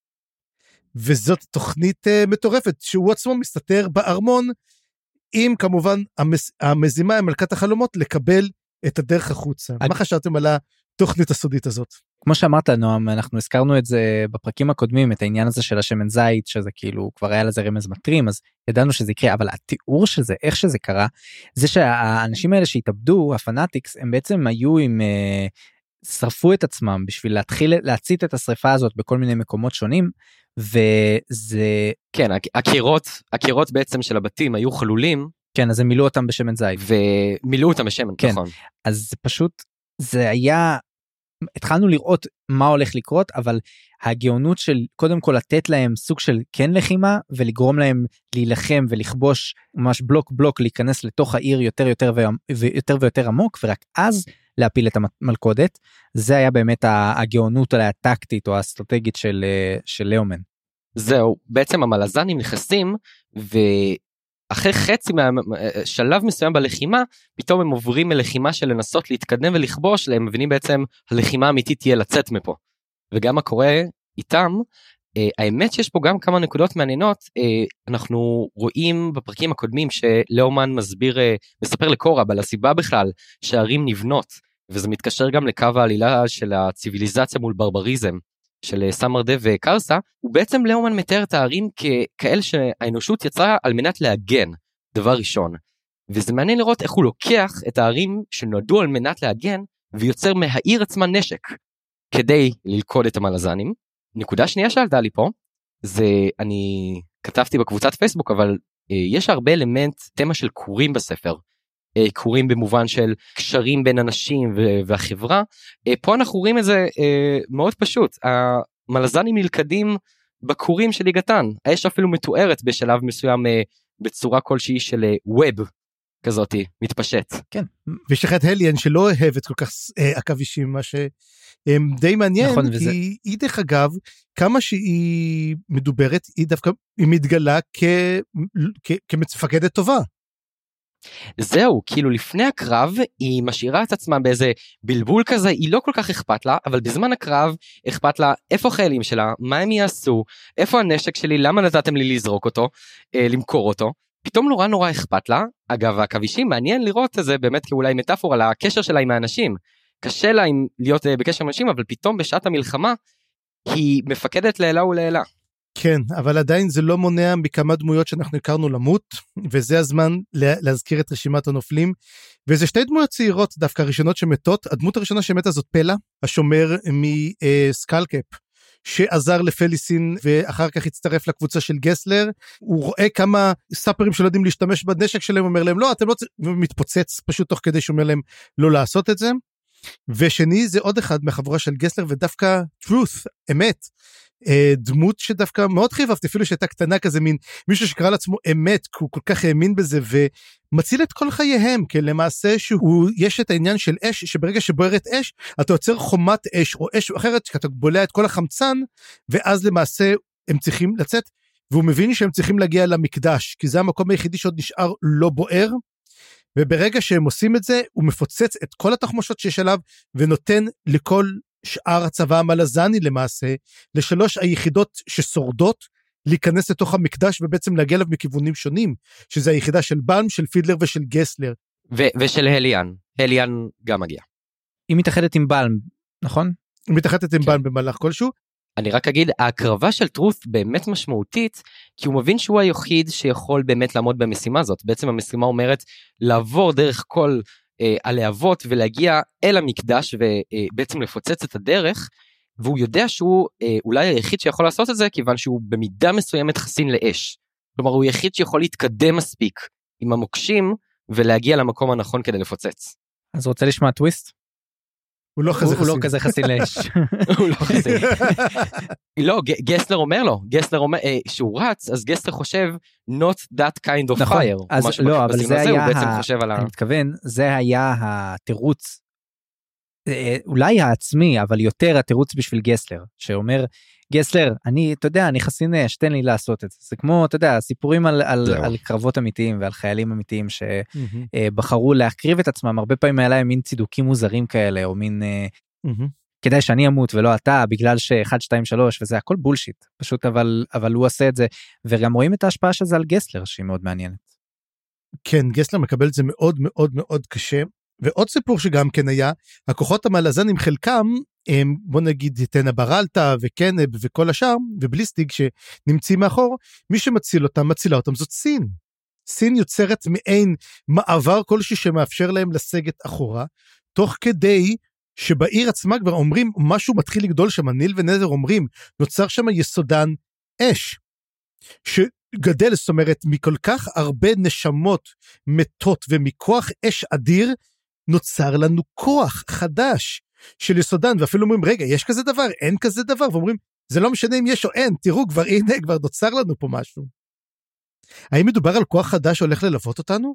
וזאת תוכנית מטורפת, שהוא עצמו מסתתר בארמון, עם כמובן המזימה עם מלכת החלומות, לקבל את הדרך החוצה. מה חשבתם על התוכנית הסודית הזאת? כמו שאמרת נועם, אנחנו הזכרנו את זה בפרקים הקודמים, את העניין הזה של השמן זית, שזה כאילו כבר היה לזה רמז מטרים, אז ידענו שזה יקרה, אבל התיאור של זה, איך שזה קרה, זה שהאנשים האלה שהתאבדו, הפנאטיקס, הם בעצם היו עם, שרפו את עצמם, בשביל להתחיל להצית את השריפה הזאת, בכל מיני מקומות שונים, וזה... כן, הקירות בעצם של הבתים היו חלולים. כן, אז הם מילאו אותם בשמן זית. ומילאו אותם בשמן, כן. נכון. אז זה פשוט, זה היה... התחלנו לראות מה הולך לקרות, אבל הגאונות של קודם כל לתת להם סוג של כן לחימה, ולגרום להם להילחם ולכבוש ממש בלוק בלוק, להיכנס לתוך העיר יותר ויותר עמוק, ורק אז להפיל את המלכודת, זה היה באמת הגאונות אולי הטקטית או האסטרטגית של ליאומן. זהו, בעצם המלזנים נכנסים, אחרי חצי מהשלב מסוים בלחימה, פתאום הם עוברים מלחימה של לנסות להתקדם ולכבוש, הם מבינים בעצם הלחימה האמיתית תהיה לצאת מפה. וגם מה קורה איתם, האמת שיש פה גם כמה נקודות מעניינות, אנחנו רואים בפרקים הקודמים שלאומן מספר לקורב על הסיבה בכלל שהערים נבנות, וזה מתקשר גם לקו העלילה של הציביליזציה מול ברבריזם, של סמרדה וקרסה, הוא בעצם לאומן מתאר את הערים ככאלה שהאנושות יצרה על מנת להגן, דבר ראשון. וזה מעניין לראות איך הוא לוקח את הערים שנועדו על מנת להגן, ויוצר מהעיר עצמה נשק, כדי ללכוד את המלזנים. נקודה שנייה שעלתה לי פה, זה אני כתבתי בקבוצת פייסבוק, אבל יש הרבה אלמנט, תמה של קורים בספר, קורים במובן של קשרים בין אנשים והחברה, פה אנחנו רואים את זה מאוד פשוט, המלזנים נלכדים בקורים של ליגתן, האש אפילו מתוארת בשלב מסוים בצורה כלשהי של ווב כזאת, מתפשט. כן, ויש לך את הליאן שלא אוהבת כל כך עכבישים, מה שדי מעניין, נכון, כי היא דרך אגב, כמה שהיא מדוברת, היא דווקא מתגלה כמפקדת טובה. זהו, כאילו לפני הקרב היא משאירה את עצמה באיזה בלבול כזה, היא לא כל כך אכפת לה, אבל בזמן הקרב אכפת לה איפה החיילים שלה, מה הם יעשו, איפה הנשק שלי, למה נתתם לי לזרוק אותו, למכור אותו, פתאום נורא אכפת לה. אגב, הכבישים מעניין לראות את זה באמת כאולי מטאפורה על הקשר שלה עם האנשים, קשה לה להיות בקשר עם אנשים, אבל פתאום בשעת המלחמה היא מפקדת לעילה ולעילה. כן, אבל עדיין זה לא מונע מכמה דמויות שאנחנו הכרנו למות, וזה הזמן להזכיר את רשימת הנופלים, וזה שתי דמויות צעירות דווקא הראשונות שמתות. הדמות הראשונה שמתה זאת פלה, השומר מסקלקאפ, שעזר לפליסין ואחר כך הצטרף לקבוצה של גסלר. הוא רואה כמה סאפרים שלא יודעים להשתמש בנשק שלהם, אומר להם לא, אתם לא מתפוצץ פשוט תוך כדי שאומר להם לא לעשות את זה. ושני זה עוד אחד מהחבורה של גסלר, ודווקא truth, אמת, דמות שדווקא מאוד חיבבתי, אפילו שהייתה קטנה כזה, מין מישהו שקרא לעצמו אמת, כי הוא כל כך האמין בזה, ומציל את כל חייהם, כי למעשה יש את העניין של אש, שברגע שבוערת אש, אתה יוצר חומת אש, או אש אחרת, שאתה בולע את כל החמצן, ואז למעשה הם צריכים לצאת, והוא מבין שהם צריכים להגיע למקדש, כי זה המקום היחידי שעוד נשאר לא בוער, וברגע שהם עושים את זה, הוא מפוצץ את כל התחמושות שיש עליו, ונותן לכל שאר הצבא המלזני למעשה, לשלוש היחידות ששורדות, להיכנס לתוך המקדש, ובעצם להגיע אליו מכיוונים שונים, שזה היחידה של בלם, של פידלר ושל גסלר. ושל הליאן, הליאן גם מגיע. היא מתאחדת עם בלם, נכון? היא מתאחדת עם בלם במהלך כלשהו. אני רק אגיד, ההקרבה של טרוס באמת משמעותית, כי הוא מבין שהוא היחיד שיכול באמת לעמוד במשימה הזאת. בעצם המשימה אומרת לעבור דרך כל הלהבות ולהגיע אל המקדש ובעצם לפוצץ את הדרך, והוא יודע שהוא אולי היחיד שיכול לעשות את זה, כיוון שהוא במידה מסוימת חסין לאש. כלומר, הוא היחיד שיכול להתקדם מספיק עם המוקשים ולהגיע למקום הנכון כדי לפוצץ. אז רוצה לשמוע טוויסט? הוא לא כזה חסין לאש. הוא לא חסין. לא, גסלר אומר לו, שהוא רץ, אז גסלר חושב, not that kind of fire. אז לא, אבל זה היה, אני מתכוון, זה היה התירוץ, אולי העצמי, אבל יותר התירוץ בשביל גסלר, שאומר, גסלר, אתה יודע, אני חסין אש, תן לי לעשות את זה. זה כמו, אתה יודע, סיפורים על קרבות אמיתיים ועל חיילים אמיתיים שבחרו להקריב את עצמם, הרבה פעמים היה להם מין צידוקים מוזרים כאלה, או מין, כדאי שאני אמות ולא אתה, בגלל ש1, 2, 3, וזה הכל בולשיט, פשוט, אבל הוא עושה את זה, וגם רואים את ההשפעה של זה על גסלר, שהיא מאוד מעניינת. כן, גסלר מקבל את זה מאוד מאוד מאוד קשה, ועוד סיפור שגם כן היה, הכוחות המלזנים חלקם, בוא נגיד תנה ברלטה וקנב וכל השאר, ובליסטיג שנמצאים מאחור, מי שמצילה אותם זאת סין. סין יוצרת מעין מעבר כלשהו שמאפשר להם לסגת אחורה, תוך כדי שבעיר עצמה כבר אומרים, משהו מתחיל לגדול שם, ניל ונזר אומרים, נוצר שם יסודן אש, שגדל, זאת אומרת, מכל כך הרבה נשמות מתות ומכוח אש אדיר, נוצר לנו כוח חדש של יסודן, ואפילו אומרים, רגע, יש כזה דבר, אין כזה דבר, ואומרים, זה לא משנה אם יש או אין, תראו, הנה, כבר נוצר לנו פה משהו. האם מדובר על כוח חדש שהולך ללוות אותנו?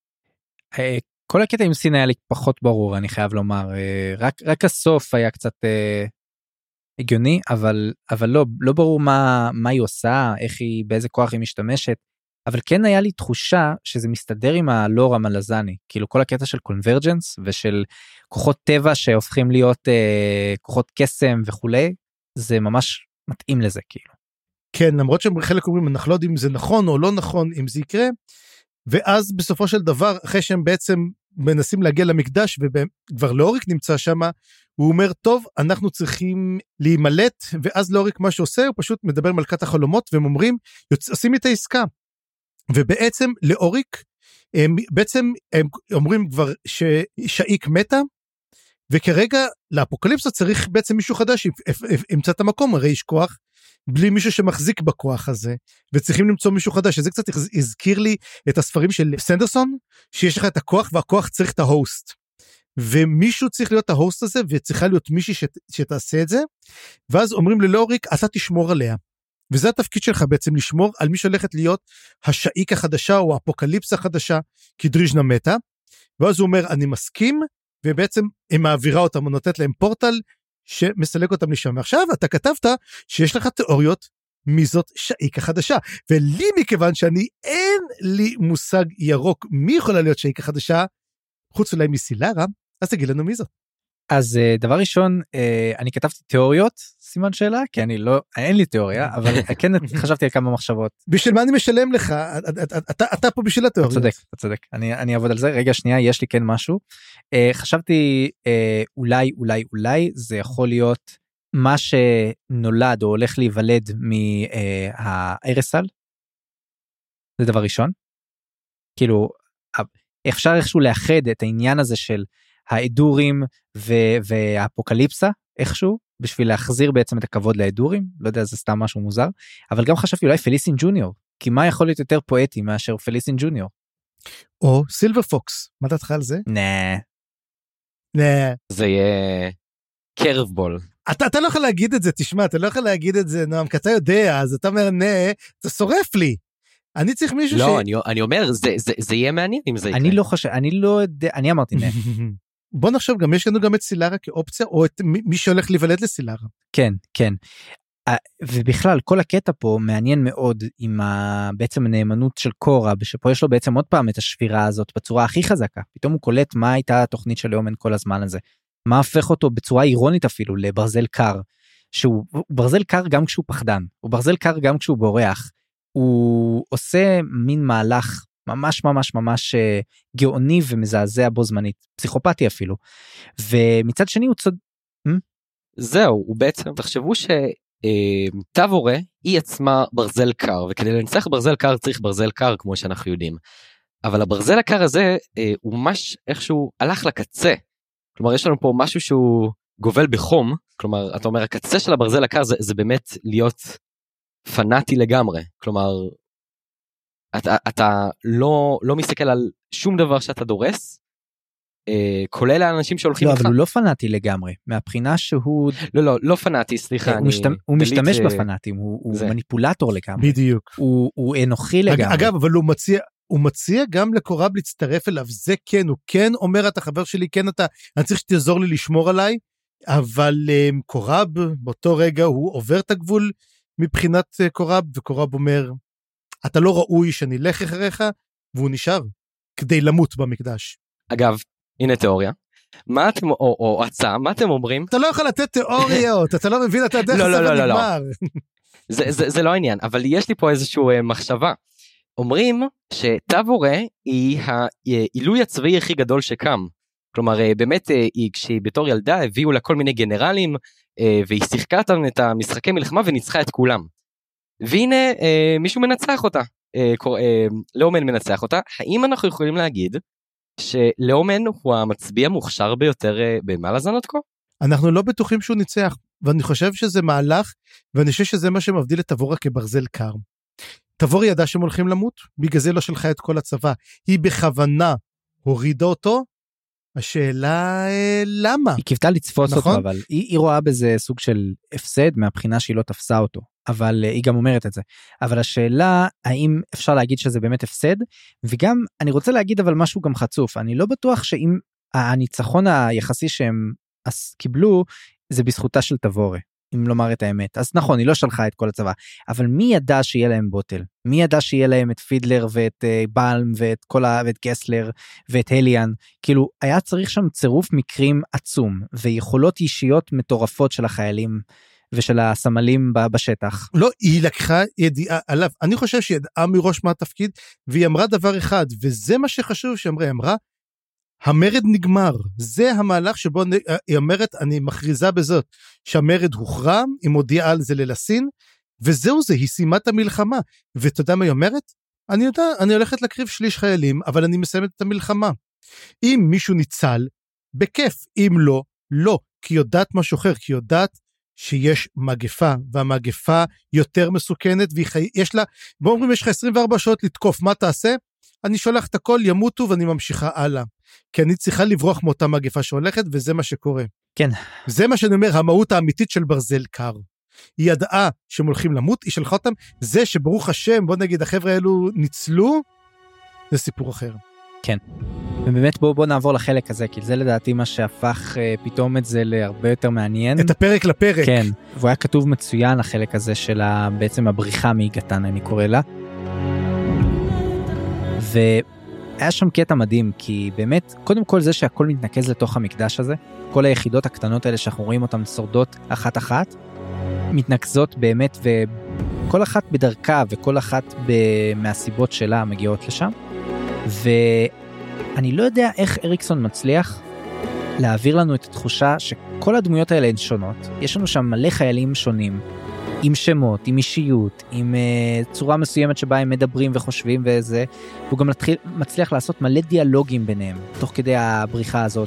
כל הקטע עם סין היה לי פחות ברור, אני חייב לומר, רק הסוף היה קצת הגיוני, אבל לא ברור מה היא עושה, באיזה כוח היא משתמשת, אבל כן היה לי תחושה שזה מסתדר עם הלור המלזני, כאילו כל הקטע של קונברג'נס ושל כוחות טבע שהופכים להיות כוחות קסם וכולי, זה ממש מתאים לזה כאילו. כן, למרות שחלק אומרים, אנחנו לא יודעים אם זה נכון או לא נכון, אם זה יקרה, ואז בסופו של דבר, אחרי שהם בעצם מנסים להגיע למקדש, וכבר לאוריק נמצא שם, הוא אומר, טוב, אנחנו צריכים להימלט, ואז לאוריק מה שעושה, הוא פשוט מדבר עם מלכת החלומות, והם אומרים, עושים את העסקה. ובעצם לאוריק, הם אומרים כבר ששאיק מתה, וכרגע לאפוקליפסה צריך בעצם מישהו חדש, ימצא את המקום, הרי יש כוח, בלי מישהו שמחזיק בכוח הזה, וצריכים למצוא מישהו חדש, שזה קצת הזכיר לי את הספרים של סנדרסון, שיש לך את הכוח, והכוח צריך את ההוסט, ומישהו צריך להיות ההוסט הזה, וצריכה להיות מישהי שתעשה את זה, ואז אומרים ללאוריק, אתה תשמור עליה, וזה התפקיד שלך בעצם, לשמור על מי שהולכת להיות השאיק החדשה, או האפוקליפסה החדשה, כי דריז'נה מתה, ואז הוא אומר, אני מסכים, ובעצם היא מעבירה אותם, ונותנת להם פורטל, שמסלק אותם לשם, ועכשיו אתה כתבת, שיש לך תיאוריות, מי זאת שאיק החדשה, ולי מכיוון שאני, אין לי מושג ירוק, מי יכולה להיות שאיק החדשה, חוץ אולי מסילרה, אז תגיד לנו מי זאת. אז דבר ראשון, אני כתבתי תיאוריות, סימן שאלה, כי אין לי תיאוריה, אבל כן חשבתי על כמה מחשבות. בשביל מה אני משלם לך? אתה פה בשביל התיאוריות. אתה צודק, אני אעבוד על זה. רגע שנייה, יש לי כן משהו. חשבתי, אולי, זה יכול להיות מה שנולד או הולך להיוולד מהארסל, זה דבר ראשון. כאילו, אפשר איכשהו לאחד את העניין הזה של האדורים והאפוקליפסה, איכשהו, בשביל להחזיר בעצם את הכבוד לאדורים, לא יודע, זה סתם משהו מוזר, אבל גם חשבתי אולי פליסין ג'וניור, כי מה יכול להיות יותר פואטי מאשר פליסין ג'וניור? או סילבר פוקס, מה דעתך על זה? זה יהיה קרבבול. אתה לא יכול להגיד את זה, תשמע, אתה לא יכול להגיד את זה, נועם, כי אתה יודע, אז אתה אומר, אתה שורף לי. אני צריך מישהו לא, אני אומר, זה יהיה מעניין אם זה יקרה. אני לא חושב, אני לא יודע, אני אמרתי בוא נחשוב, גם יש לנו גם את סילרה כאופציה, או את מי שהולך להיוולד לסילרה. כן, כן. ובכלל, כל הקטע פה מעניין מאוד עם בעצם הנאמנות של קורה, שפה יש לו בעצם עוד פעם את השבירה הזאת בצורה הכי חזקה. פתאום הוא קולט מה הייתה התוכנית של לאומן כל הזמן הזה. מה הפך אותו בצורה אירונית אפילו לברזל קר, שהוא ברזל קר גם כשהוא פחדן, הוא ברזל קר גם כשהוא בורח, הוא עושה מין מהלך ממש ממש ממש גאוני ומזעזע בו זמנית, פסיכופתי אפילו, ומצד שני הוא זהו, הוא בעצם, תחשבו שטאבורה היא עצמה ברזל קר, וכדי לנצח ברזל קר צריך ברזל קר כמו שאנחנו יודעים, אבל הברזל הקר הזה הוא ממש איכשהו הלך לקצה, כלומר יש לנו פה משהו שהוא גובל בחום, כלומר אתה אומר הקצה של הברזל הקר זה באמת להיות פנאטי לגמרי, כלומר אתה לא מסתכל על שום דבר שאתה דורס, כולל האנשים שהולכים איתך. לא, אבל הוא לא פנאטי לגמרי, מהבחינה שהוא... לא פנאטי, סליחה. הוא משתמש בפנאטים, הוא מניפולטור לגמרי. בדיוק. הוא אנוכי לגמרי. אגב, אבל הוא מציע גם לקורב להצטרף אליו, זה כן, הוא כן אומר, אתה חבר שלי, כן אתה, אני צריך שתעזור לי לשמור עליי, אבל קורב, באותו רגע הוא עובר את הגבול מבחינת קורב, וקורב אומר, אתה לא ראוי שאני אלך אחריך, והוא נשאר כדי למות במקדש. אגב, הנה תיאוריה. מה אתם, או הצעה, מה אתם אומרים? אתה לא יכול לתת תיאוריות, אתה לא מבין, אתה יודע איך זה נגמר. זה לא העניין, אבל יש לי פה איזושהי מחשבה. אומרים שטאבורה היא העילוי הצבאי הכי גדול שקם. כלומר, באמת, כשהיא בתור ילדה הביאו לה כל מיני גנרלים, והיא שיחקה את המשחקי מלחמה וניצחה את כולם. והנה, מישהו מנצח אותה. לאומן מנצח אותה. האם אנחנו יכולים להגיד שלאומן הוא המצביע המוכשר ביותר במעל הזנות כה? אנחנו לא בטוחים שהוא ניצח, ואני חושב שזה מהלך, ואני חושב שזה מה שמבדיל את תבורה כברזל קר. תבורה ידעה שהם הולכים למות, בגלל זה לא שלחה את כל הצבא. היא בכוונה הורידה אותו, השאלה למה? היא קיוותה לצפוץ אותו, אבל היא רואה בזה סוג של הפסד, מהבחינה שהיא לא תפסה אותו, אבל היא גם אומרת את זה. אבל השאלה, האם אפשר להגיד שזה באמת הפסד, וגם אני רוצה להגיד אבל משהו גם חצוף, אני לא בטוח שאם הניצחון היחסי שהם קיבלו, זה בזכותה של תבורה, אם לומר את האמת. אז נכון, היא לא שלחה את כל הצבא, אבל מי ידע שיהיה להם בוטל? מי ידע שיהיה להם את פידלר ואת בלם ואת גסלר ואת הליאן? כאילו, היה צריך שם צירוף מקרים עצום, ויכולות אישיות מטורפות של החיילים ושל הסמלים בשטח. לא, היא לקחה ידיעה עליו. אני חושב שהיא ידעה מראש מה התפקיד, והיא אמרה דבר אחד, וזה מה שחשוב שאמרה, היא אמרה, המרד נגמר, זה המהלך שבו היא אומרת, אני מכריזה בזאת, שהמרד הוכרע, היא מודיעה על זה ללסין, וזהו זה, היא סיימה את המלחמה, ואתה יודע מה היא אומרת? אני יודע, אני הולכת להקריב שליש חיילים, אבל אני מסיימת את המלחמה. אם מישהו ניצל, בכיף, אם לא, לא, כי יודעת משהו אחר, כי יודעת שיש מגפה, והמגפה יותר מסוכנת, ויש לה, בוא אומרים, יש לך 24 שעות לתקוף, מה תעשה? אני שולח את הכל, ימותו ואני ממשיכה הלאה. כי אני צריכה לברוח מאותה מגפה שהולכת, וזה מה שקורה. כן. זה מה שאני אומר, המהות האמיתית של ברזל קר. היא ידעה שהם הולכים למות, היא שלחה אותם, זה שברוך השם, בוא נגיד, החבר'ה האלו ניצלו, זה סיפור אחר. כן. ובאמת בוא נעבור לחלק הזה, כי זה לדעתי מה שהפך פתאום את זה להרבה יותר מעניין. את הפרק לפרק. כן. והוא היה כתוב מצוין, החלק הזה של בעצם הבריחה מהגתן, אני קורא לה. והיה שם קטע מדהים, כי באמת, קודם כל זה שהכל מתנקז לתוך המקדש הזה, כל היחידות הקטנות האלה שאנחנו רואים אותן שורדות אחת-אחת, מתנקזות באמת, וכל אחת בדרכה, וכל אחת מהסיבות שלה מגיעות לשם, ואני לא יודע איך אריקסון מצליח להעביר לנו את התחושה שכל הדמויות האלה הן שונות, יש לנו שם מלא חיילים שונים, עם שמות, עם אישיות, עם צורה מסוימת שבה הם מדברים וחושבים וזה, והוא גם מצליח לעשות מלא דיאלוגים ביניהם, תוך כדי הבריחה הזאת.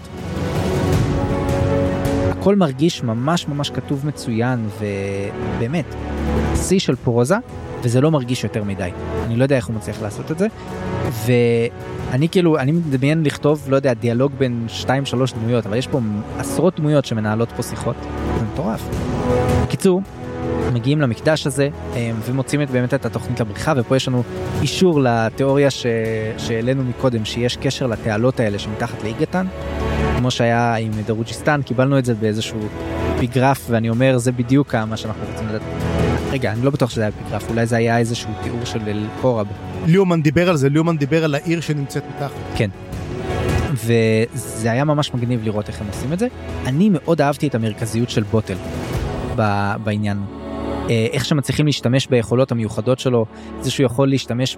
הכל מרגיש ממש ממש כתוב מצוין, ובאמת, שיא של פרוזה, וזה לא מרגיש יותר מדי. אני לא יודע איך הוא מצליח לעשות את זה, ואני כאילו, אני מדמיין לכתוב, לא יודע, דיאלוג בין 2-3 דמויות, אבל יש פה עשרות דמויות שמנהלות פה שיחות, זה מטורף. בקיצור, מגיעים למקדש הזה, ומוצאים באמת את התוכנית לבריחה, ופה יש לנו אישור לתיאוריה שהעלינו מקודם, שיש קשר לתעלות האלה שמתחת לאיגתן, כמו שהיה עם דרוג'יסטן, קיבלנו את זה באיזשהו פיגרף, ואני אומר, זה בדיוק מה שאנחנו רוצים לדעת. רגע, אני לא בטוח שזה היה פיגרף, אולי זה היה איזשהו תיאור של קורב. ליאומן דיבר על זה, ליאומן דיבר על העיר שנמצאת מתחת. כן. וזה היה ממש מגניב לראות איך הם עושים את זה. אני מאוד אהבתי את המרכזיות של בוטל בעניין. איך שמצליחים להשתמש ביכולות המיוחדות שלו, זה שהוא יכול להשתמש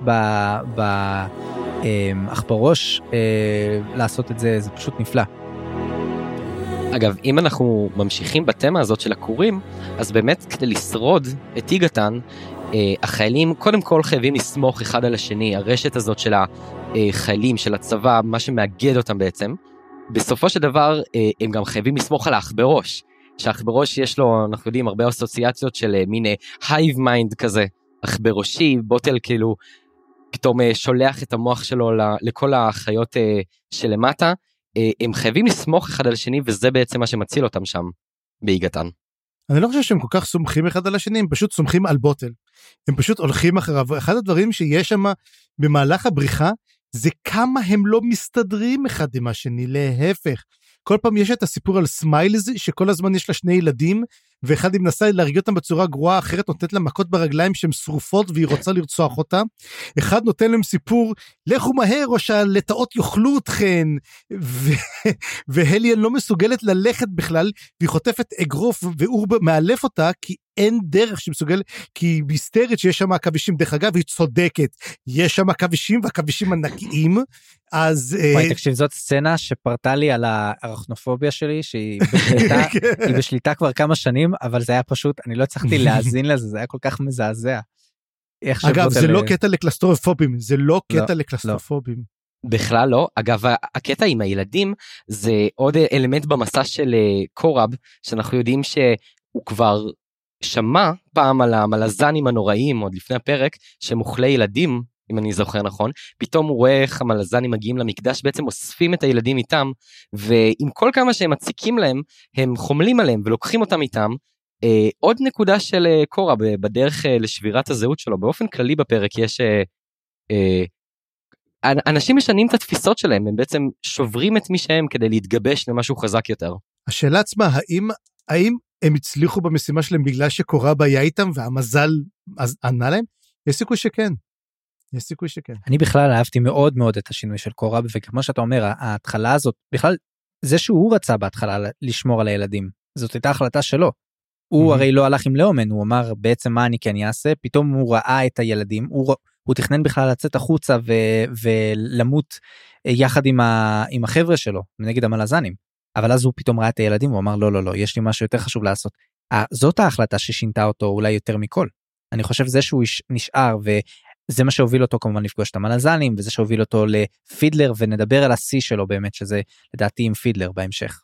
באחברוש, לעשות את זה, זה פשוט נפלא. אגב, אם אנחנו ממשיכים בתמה הזאת של הכורים, אז באמת כדי לשרוד את איגתן, החיילים קודם כל חייבים לסמוך אחד על השני, הרשת הזאת של החיילים, של הצבא, מה שמאגד אותם בעצם, בסופו של דבר הם גם חייבים לסמוך על האחברוש, שהאחברוש יש לו, אנחנו יודעים, הרבה אסוציאציות של מין הייב מיינד כזה, אחברושי, בוטל כאילו פתאום שולח את המוח שלו לכל החיות שלמטה, הם חייבים לסמוך אחד על השני, וזה בעצם מה שמציל אותם שם, באיגתן. אני לא חושב שהם כל כך סומכים אחד על השני, הם פשוט סומכים על בוטל. הם פשוט הולכים אחריו. אחד הדברים שיש שם במהלך הבריחה, זה כמה הם לא מסתדרים אחד עם השני, להפך. כל פעם יש את הסיפור על סמיילס, שכל הזמן יש לה 2 ילדים, ואחד היא מנסה להרגיע אותם בצורה גרועה, אחרת נותנת לה מכות ברגליים שהן שרופות, והיא רוצה לרצוח אותה. אחד נותן להם סיפור, לכו מהר, או שהלטאות יאכלו אתכן, והליאן לא מסוגלת ללכת בכלל, והיא חוטפת אגרוף, והוא מאלף אותה, כי אין דרך שמסוגל, כי היא מסתרת שיש שם עכבישים, דרך אגב, היא צודקת, יש שם עכבישים, והעכבישים ענקיים, אז... וואי, תקשיב, זאת סצנה שפרטה לי על הארכנופוביה שלי, שהיא בשליטה כבר כמה שנים, אבל זה היה פשוט, אני לא הצלחתי להאזין לזה, זה היה כל כך מזעזע. אגב, זה לא קטע לקלסטרופובים, זה לא קטע לקלסטרופובים. בכלל לא. אגב, הקטע עם הילדים, זה עוד אלמנט במסע של קורב, שאנחנו יודעים שהוא כבר שמע פעם על המלזנים הנוראים, עוד לפני הפרק, שהם אוכלי ילדים, אם אני זוכר נכון, פתאום הוא רואה איך המלזנים מגיעים למקדש, בעצם אוספים את הילדים איתם, ועם כל כמה שהם מציקים להם, הם חומלים עליהם ולוקחים אותם איתם. עוד נקודה של קורה בדרך לשבירת הזהות שלו, באופן כללי בפרק יש, אנשים משנים את התפיסות שלהם, הם בעצם שוברים את מי שהם כדי להתגבש למשהו חזק יותר. השאלה עצמה, האם הם הצליחו במשימה שלהם בגלל שקורה היה איתם והמזל ענה להם? יש סיכוי שכן. יש סיכוי שכן. אני בכלל אהבתי מאוד מאוד את השינוי של קורב, וכמו שאתה אומר, ההתחלה הזאת, בכלל, זה שהוא רצה בהתחלה לשמור על הילדים, זאת הייתה החלטה שלו. הוא הרי לא הלך עם לאומן, הוא אמר בעצם מה אני כן אעשה, פתאום הוא ראה את הילדים, הוא תכנן בכלל לצאת החוצה ולמות יחד עם החבר'ה שלו, נגד המלזנים. אבל אז הוא פתאום ראה את הילדים, הוא אמר לא, יש לי משהו יותר חשוב לעשות. זאת ההחלטה ששינתה אותו אולי יותר מכל. אני חושב זה שהוא נשאר, וזה מה שהוביל אותו כמובן לפגוש את המלזנים, וזה שהוביל אותו לפידלר, ונדבר על השיא שלו באמת, שזה לדעתי עם פידלר בהמשך.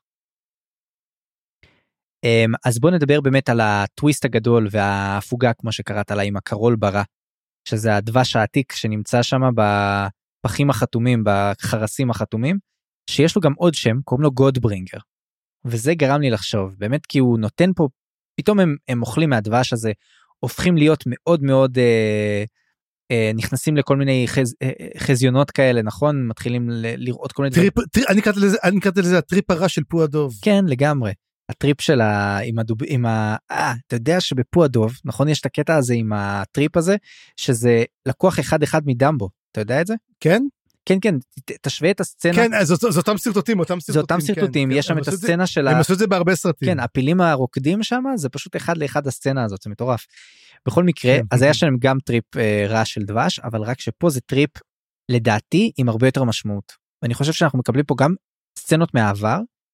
אז בוא נדבר באמת על הטוויסט הגדול, וההפוגה כמו שקראת לה עם הקרול ברא, שזה הדבש העתיק שנמצא שם בפחים החתומים, בחרסים החתומים, שיש לו גם עוד שם, קוראים לו גודברינגר. וזה גרם לי לחשוב, באמת כי הוא נותן פה, פתאום הם אוכלים מהדבש הזה, הופכים להיות מאוד מאוד, נכנסים לכל מיני חזיונות כאלה, נכון? מתחילים לראות כל מיני... אני קראתי לזה הטריפ הרע של פועדוב. כן, לגמרי. הטריפ שלה אתה יודע שבפועדוב, נכון? יש את הקטע הזה עם הטריפ הזה, שזה לקוח אחד מדמבו. אתה יודע את זה? כן? כן, תשווה את הסצנה. כן, זה אותם סרטוטים. זה אותם סרטוטים, יש שם את הסצנה של... הם עשו את זה בהרבה סרטים. כן, הפילים הרוקדים שם, זה פשוט אחד לאחד הסצנה הזאת, זה מטורף. בכל מקרה, אז היה שם גם טריפ רע של דבש, אבל רק שפה זה טריפ, לדעתי, עם הרבה יותר משמעות. ואני חושב שאנחנו מקבלים פה גם סצנות מהעבר,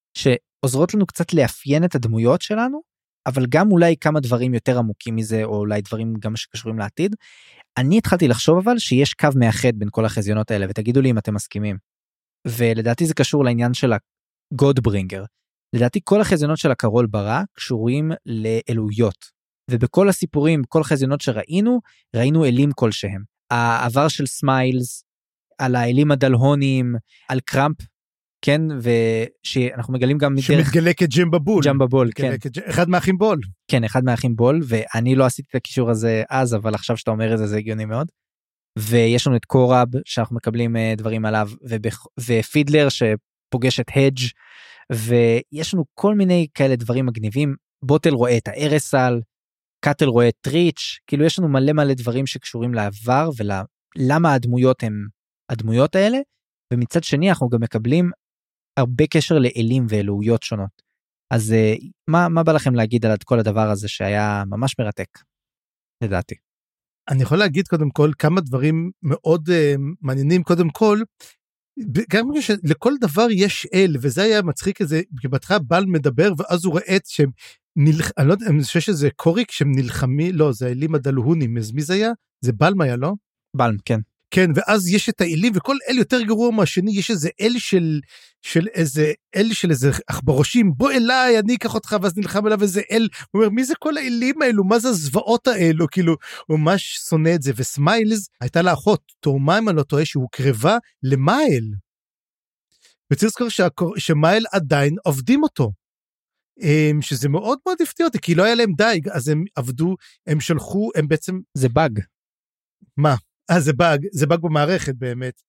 שעוזרות לנו קצת לאפיין את הדמויות שלנו, אבל גם אולי כמה דברים יותר עמוקים מזה, או אולי דברים גם שקשורים לעתיד. אני התחלתי לחשוב אבל שיש קו מאחד בין כל החזיונות האלה, ותגידו לי אם אתם מסכימים. ולדעתי זה קשור לעניין של הגודברינגר. לדעתי כל החזיונות של הקרול ברא קשורים לאלוהיות. ובכל הסיפורים, כל החזיונות שראינו, ראינו אלים כלשהם. העבר של סמיילס, על האלים הדלהונים, על קראמפ, כן, ושאנחנו מגלים גם מדרך... שמתגלה כג'מבה בול. ג'מבה בול, כן. אחד מהאחים בול. כן, אחד מהאחים בול, ואני לא עשיתי את הקישור הזה אז, אבל עכשיו שאתה אומר את זה, זה הגיוני מאוד. ויש לנו את קורב, שאנחנו מקבלים דברים עליו, ופידלר שפוגש את הדג', ויש לנו כל מיני כאלה דברים מגניבים. בוטל רואה את הארסל, קאטל רואה את טריץ', כאילו יש לנו מלא דברים שקשורים לעבר, ולמה הדמויות הן הדמויות האלה, ומצד שני אנחנו גם מקבלים הרבה קשר לאלים ואלוהיות שונות. אז מה בא לכם להגיד על כל הדבר הזה שהיה ממש מרתק, לדעתי? אני יכול להגיד קודם כל כמה דברים מאוד מעניינים. קודם כל, גם לכל דבר יש אל, וזה היה מצחיק איזה, בהתחלה בל מדבר, ואז הוא ראה שהם אני לא יודע, אני חושב שזה קוריק שהם נלחמים, לא, זה האלים הדלהונים, אז מי זה היה? זה בלם היה, לא? בלם, כן. כן, ואז יש את האלים, וכל אל יותר גרוע מהשני, יש איזה אל של איזה עכברושים, בוא אליי, אני אקח אותך, ואז נלחם אליו איזה אל, הוא אומר, מי זה כל האלים האלו, מה זה הזוועות האלו, כאילו, הוא ממש שונא את זה, וסמיילס הייתה לה אחות, תאומה אם אני לא טועה, שהוא קרבה למייל, וצריך לזכור שמייל עדיין עובדים אותו, שזה מאוד מאוד הפתיע אותי, כי לא היה להם דייג, אז הם עבדו, הם שלחו, הם בעצם... זה באג. מה? זה באג במערכת באמת.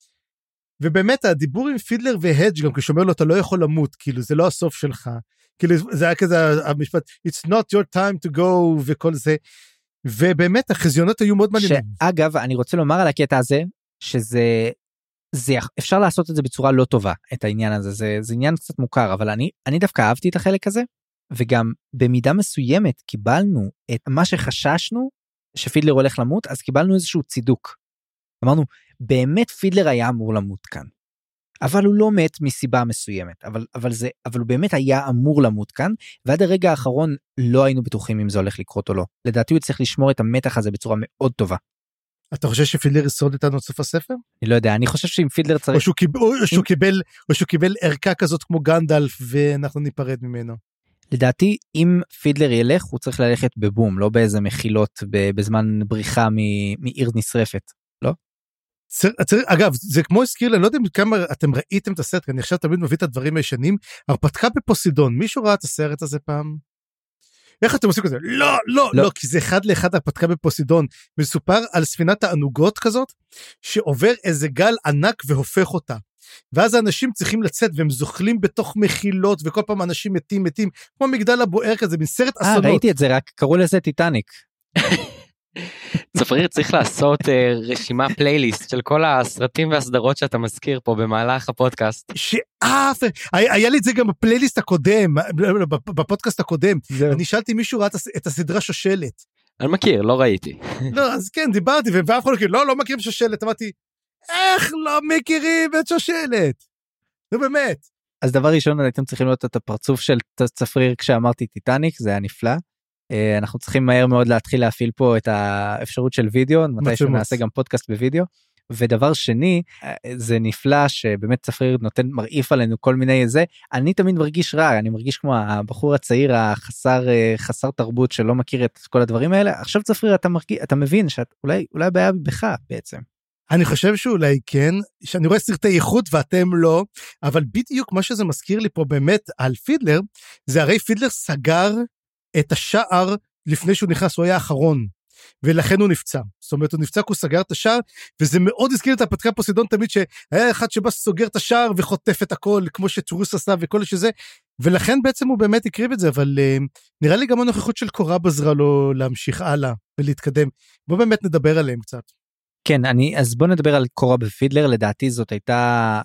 ובאמת הדיבור עם פידלר והדג' גם כשאומר לו אתה לא יכול למות, כאילו זה לא הסוף שלך, כאילו זה היה כזה המשפט, it's not your time to go וכל זה, ובאמת החזיונות היו מאוד מעניינים. שאגב אני רוצה לומר על הקטע הזה, שזה אפשר לעשות את זה בצורה לא טובה, את העניין הזה, זה עניין קצת מוכר, אבל אני דווקא אהבתי את החלק הזה, וגם במידה מסוימת קיבלנו את מה שחששנו, שפידלר הולך למות, אז קיבלנו איזשהו צידוק. אמרנו, באמת פידלר היה אמור למות כאן, אבל הוא לא מת מסיבה מסוימת, אבל הוא באמת היה אמור למות כאן, ועד הרגע האחרון לא היינו בטוחים אם זה הולך לקרות או לא. לדעתי הוא צריך לשמור את המתח הזה בצורה מאוד טובה. אתה חושב שפידלר יסוד איתנו עד סוף הספר? אני לא יודע, אני חושב שאם פידלר צריך... או שהוא קיבל ערכה כזאת כמו גנדלף, ואנחנו ניפרד ממנו. לדעתי, אם פידלר ילך, הוא צריך ללכת בבום, לא באיזה מחילות, בזמן בריחה מעיר נשרפת, לא? אגב, זה כמו הזכיר לי, אני לא יודע כמה אתם ראיתם את הסרט, אני עכשיו תמיד מביא את הדברים הישנים, הרפתקה בפוסידון, מישהו ראה את הסרט הזה פעם? איך אתם עושים כזה? לא, כי זה אחד לאחד הרפתקה בפוסידון, מסופר על ספינת הענוגות כזאת, שעובר איזה גל ענק והופך אותה, ואז האנשים צריכים לצאת, והם זוחלים בתוך מחילות, וכל פעם אנשים מתים, כמו מגדל הבוער כזה, בין סרט אסונות. ראיתי את זה, רק קראו לזה טיטניק. צפריר צריך לעשות רשימה פלייליסט של כל הסרטים והסדרות שאתה מזכיר פה במהלך הפודקאסט. היה לי את זה גם בפלייליסט הקודם, בפודקאסט הקודם. אני שאלתי מישהו ראה את הסדרה שושלת. אני מכיר, לא ראיתי. לא, אז כן, דיברתי, ואף אחד לא מכירים שושלת, אמרתי, איך לא מכירים את שושלת? נו באמת. אז דבר ראשון, הייתם צריכים לראות את הפרצוף של צפריר כשאמרתי טיטניק, זה היה נפלא. אנחנו צריכים מהר מאוד להתחיל להפעיל פה את האפשרות של וידאו, מתי שנעשה גם פודקאסט בווידאו, ודבר שני, זה נפלא שבאמת צפריר מרעיף עלינו כל מיני זה, אני תמיד מרגיש רע, אני מרגיש כמו הבחור הצעיר החסר תרבות שלא מכיר את כל הדברים האלה, עכשיו צפריר אתה מבין שאולי הבעיה בך בעצם. אני חושב שאולי כן, שאני רואה סרטי איכות ואתם לא, אבל בדיוק מה שזה מזכיר לי פה באמת על פידלר, זה הרי פידלר סגר את השער לפני שהוא נכנס, הוא היה האחרון, ולכן הוא נפצע. זאת אומרת, הוא נפצע כי הוא סגר את השער, וזה מאוד הזכיר את הפתקה פוסידון תמיד, שהיה אחד שבא סוגר את השער וחוטף את הכל, כמו שטרוס עשה וכל שזה, ולכן בעצם הוא באמת הקריב את זה, אבל נראה לי גם הנוכחות של קורב עזרה לו להמשיך הלאה ולהתקדם. בוא באמת נדבר עליהם קצת. כן, אז בוא נדבר על קורב ופידלר, לדעתי זאת הייתה,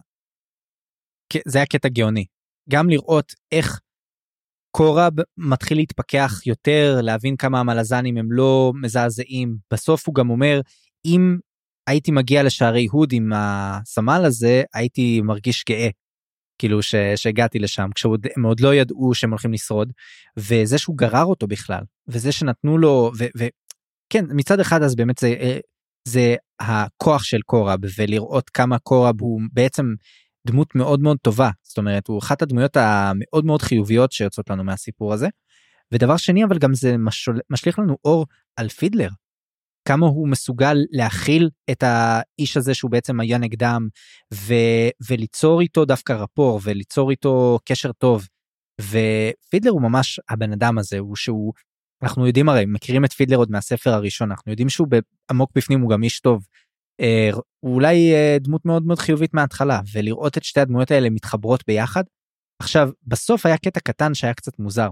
זה היה קטע גאוני. גם לראות איך קורב מתחיל להתפקח יותר, להבין כמה המלזנים הם לא מזעזעים. בסוף הוא גם אומר, אם הייתי מגיע לשערי הוד עם הסמל הזה, הייתי מרגיש גאה. כאילו שהגעתי לשם, כשהם עוד לא ידעו שהם הולכים לשרוד, וזה שהוא גרר אותו בכלל, וזה שנתנו לו, וכן, מצד אחד אז באמת זה הכוח של קורב, ולראות כמה קורב הוא בעצם דמות מאוד מאוד טובה, זאת אומרת, הוא אחת הדמויות המאוד מאוד חיוביות שיוצאות לנו מהסיפור הזה, ודבר שני, אבל גם זה משליך לנו אור על פידלר, כמה הוא מסוגל להכיל את האיש הזה שהוא בעצם היה נגדם, וליצור איתו דווקא רפור, וליצור איתו קשר טוב, ופידלר הוא ממש הבן אדם הזה, אנחנו יודעים הרי, מכירים את פידלר עוד מהספר הראשון, אנחנו יודעים שהוא עמוק בפנים, הוא גם איש טוב, הוא אולי דמות מאוד מאוד חיובית מההתחלה, ולראות את שתי הדמויות האלה מתחברות ביחד. עכשיו, בסוף היה קטע קטן שהיה קצת מוזר,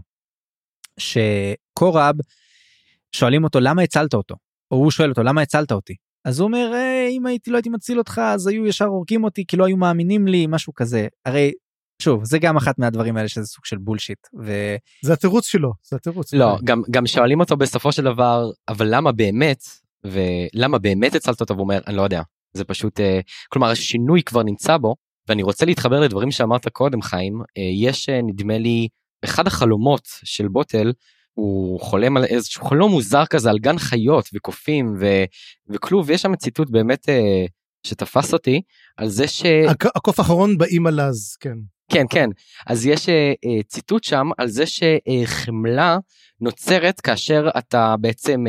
שקורב שואלים אותו למה הצלת אותו, או הוא שואל אותו למה הצלת אותי, אז הוא אומר אם לא הייתי מציל אותך אז היו ישר הורגים אותי כי לא היו מאמינים לי, משהו כזה. הרי שוב, זה גם אחת מהדברים האלה שזה סוג של בולשיט. זה התירוץ שלו, זה התירוץ. לא, גם שואלים אותו בסופו של דבר, אבל למה באמת, ולמה באמת הצלת אותו, והוא אומר, אני לא יודע, זה פשוט, כלומר השינוי כבר נמצא בו, ואני רוצה להתחבר לדברים שאמרת קודם חיים, יש נדמה לי, אחד החלומות של בוטל, הוא חולם על איזשהו חלום מוזר כזה, על גן חיות וקופים וכלוב, ויש שם ציטוט באמת שתפס אותי, על זה הקוף האחרון באים על אז, כן. כן, כן. אז יש ציטוט שם על זה שחמלה נוצרת כאשר אתה בעצם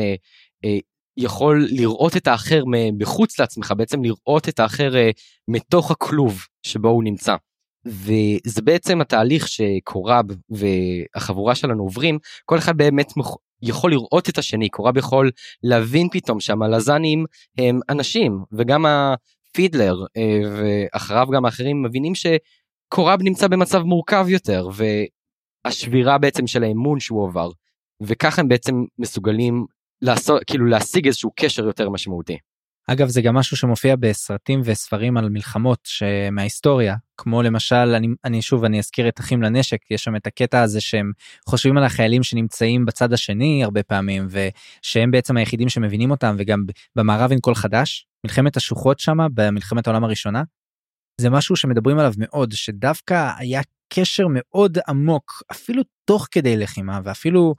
יכול לראות את האחר בחוץ לעצמך, בעצם לראות את האחר מתוך הכלוב שבו הוא נמצא. וזה בעצם התהליך שקורב והחבורה שלנו עוברים, כל אחד באמת יכול לראות את השני, קורב יכול להבין פתאום שהמלזנים הם אנשים, וגם הפידלר ואחריו גם האחרים מבינים שקורב נמצא במצב מורכב יותר, והשבירה בעצם של האמון שהוא עובר, וכך הם בעצם מסוגלים כאילו להשיג איזשהו קשר יותר משמעותי. אגב, זה גם משהו שמופיע בסרטים וספרים על מלחמות מההיסטוריה, כמו למשל, אני אזכיר את אחים לנשק, יש שם את הקטע הזה שהם חושבים על החיילים שנמצאים בצד השני הרבה פעמים, ושהם בעצם היחידים שמבינים אותם, וגם במערב אין כל חדש, מלחמת השוחות שם, במלחמת העולם הראשונה, זה משהו שמדברים עליו מאוד, שדווקא היה קשר מאוד עמוק, אפילו תוך כדי לחימה, ואפילו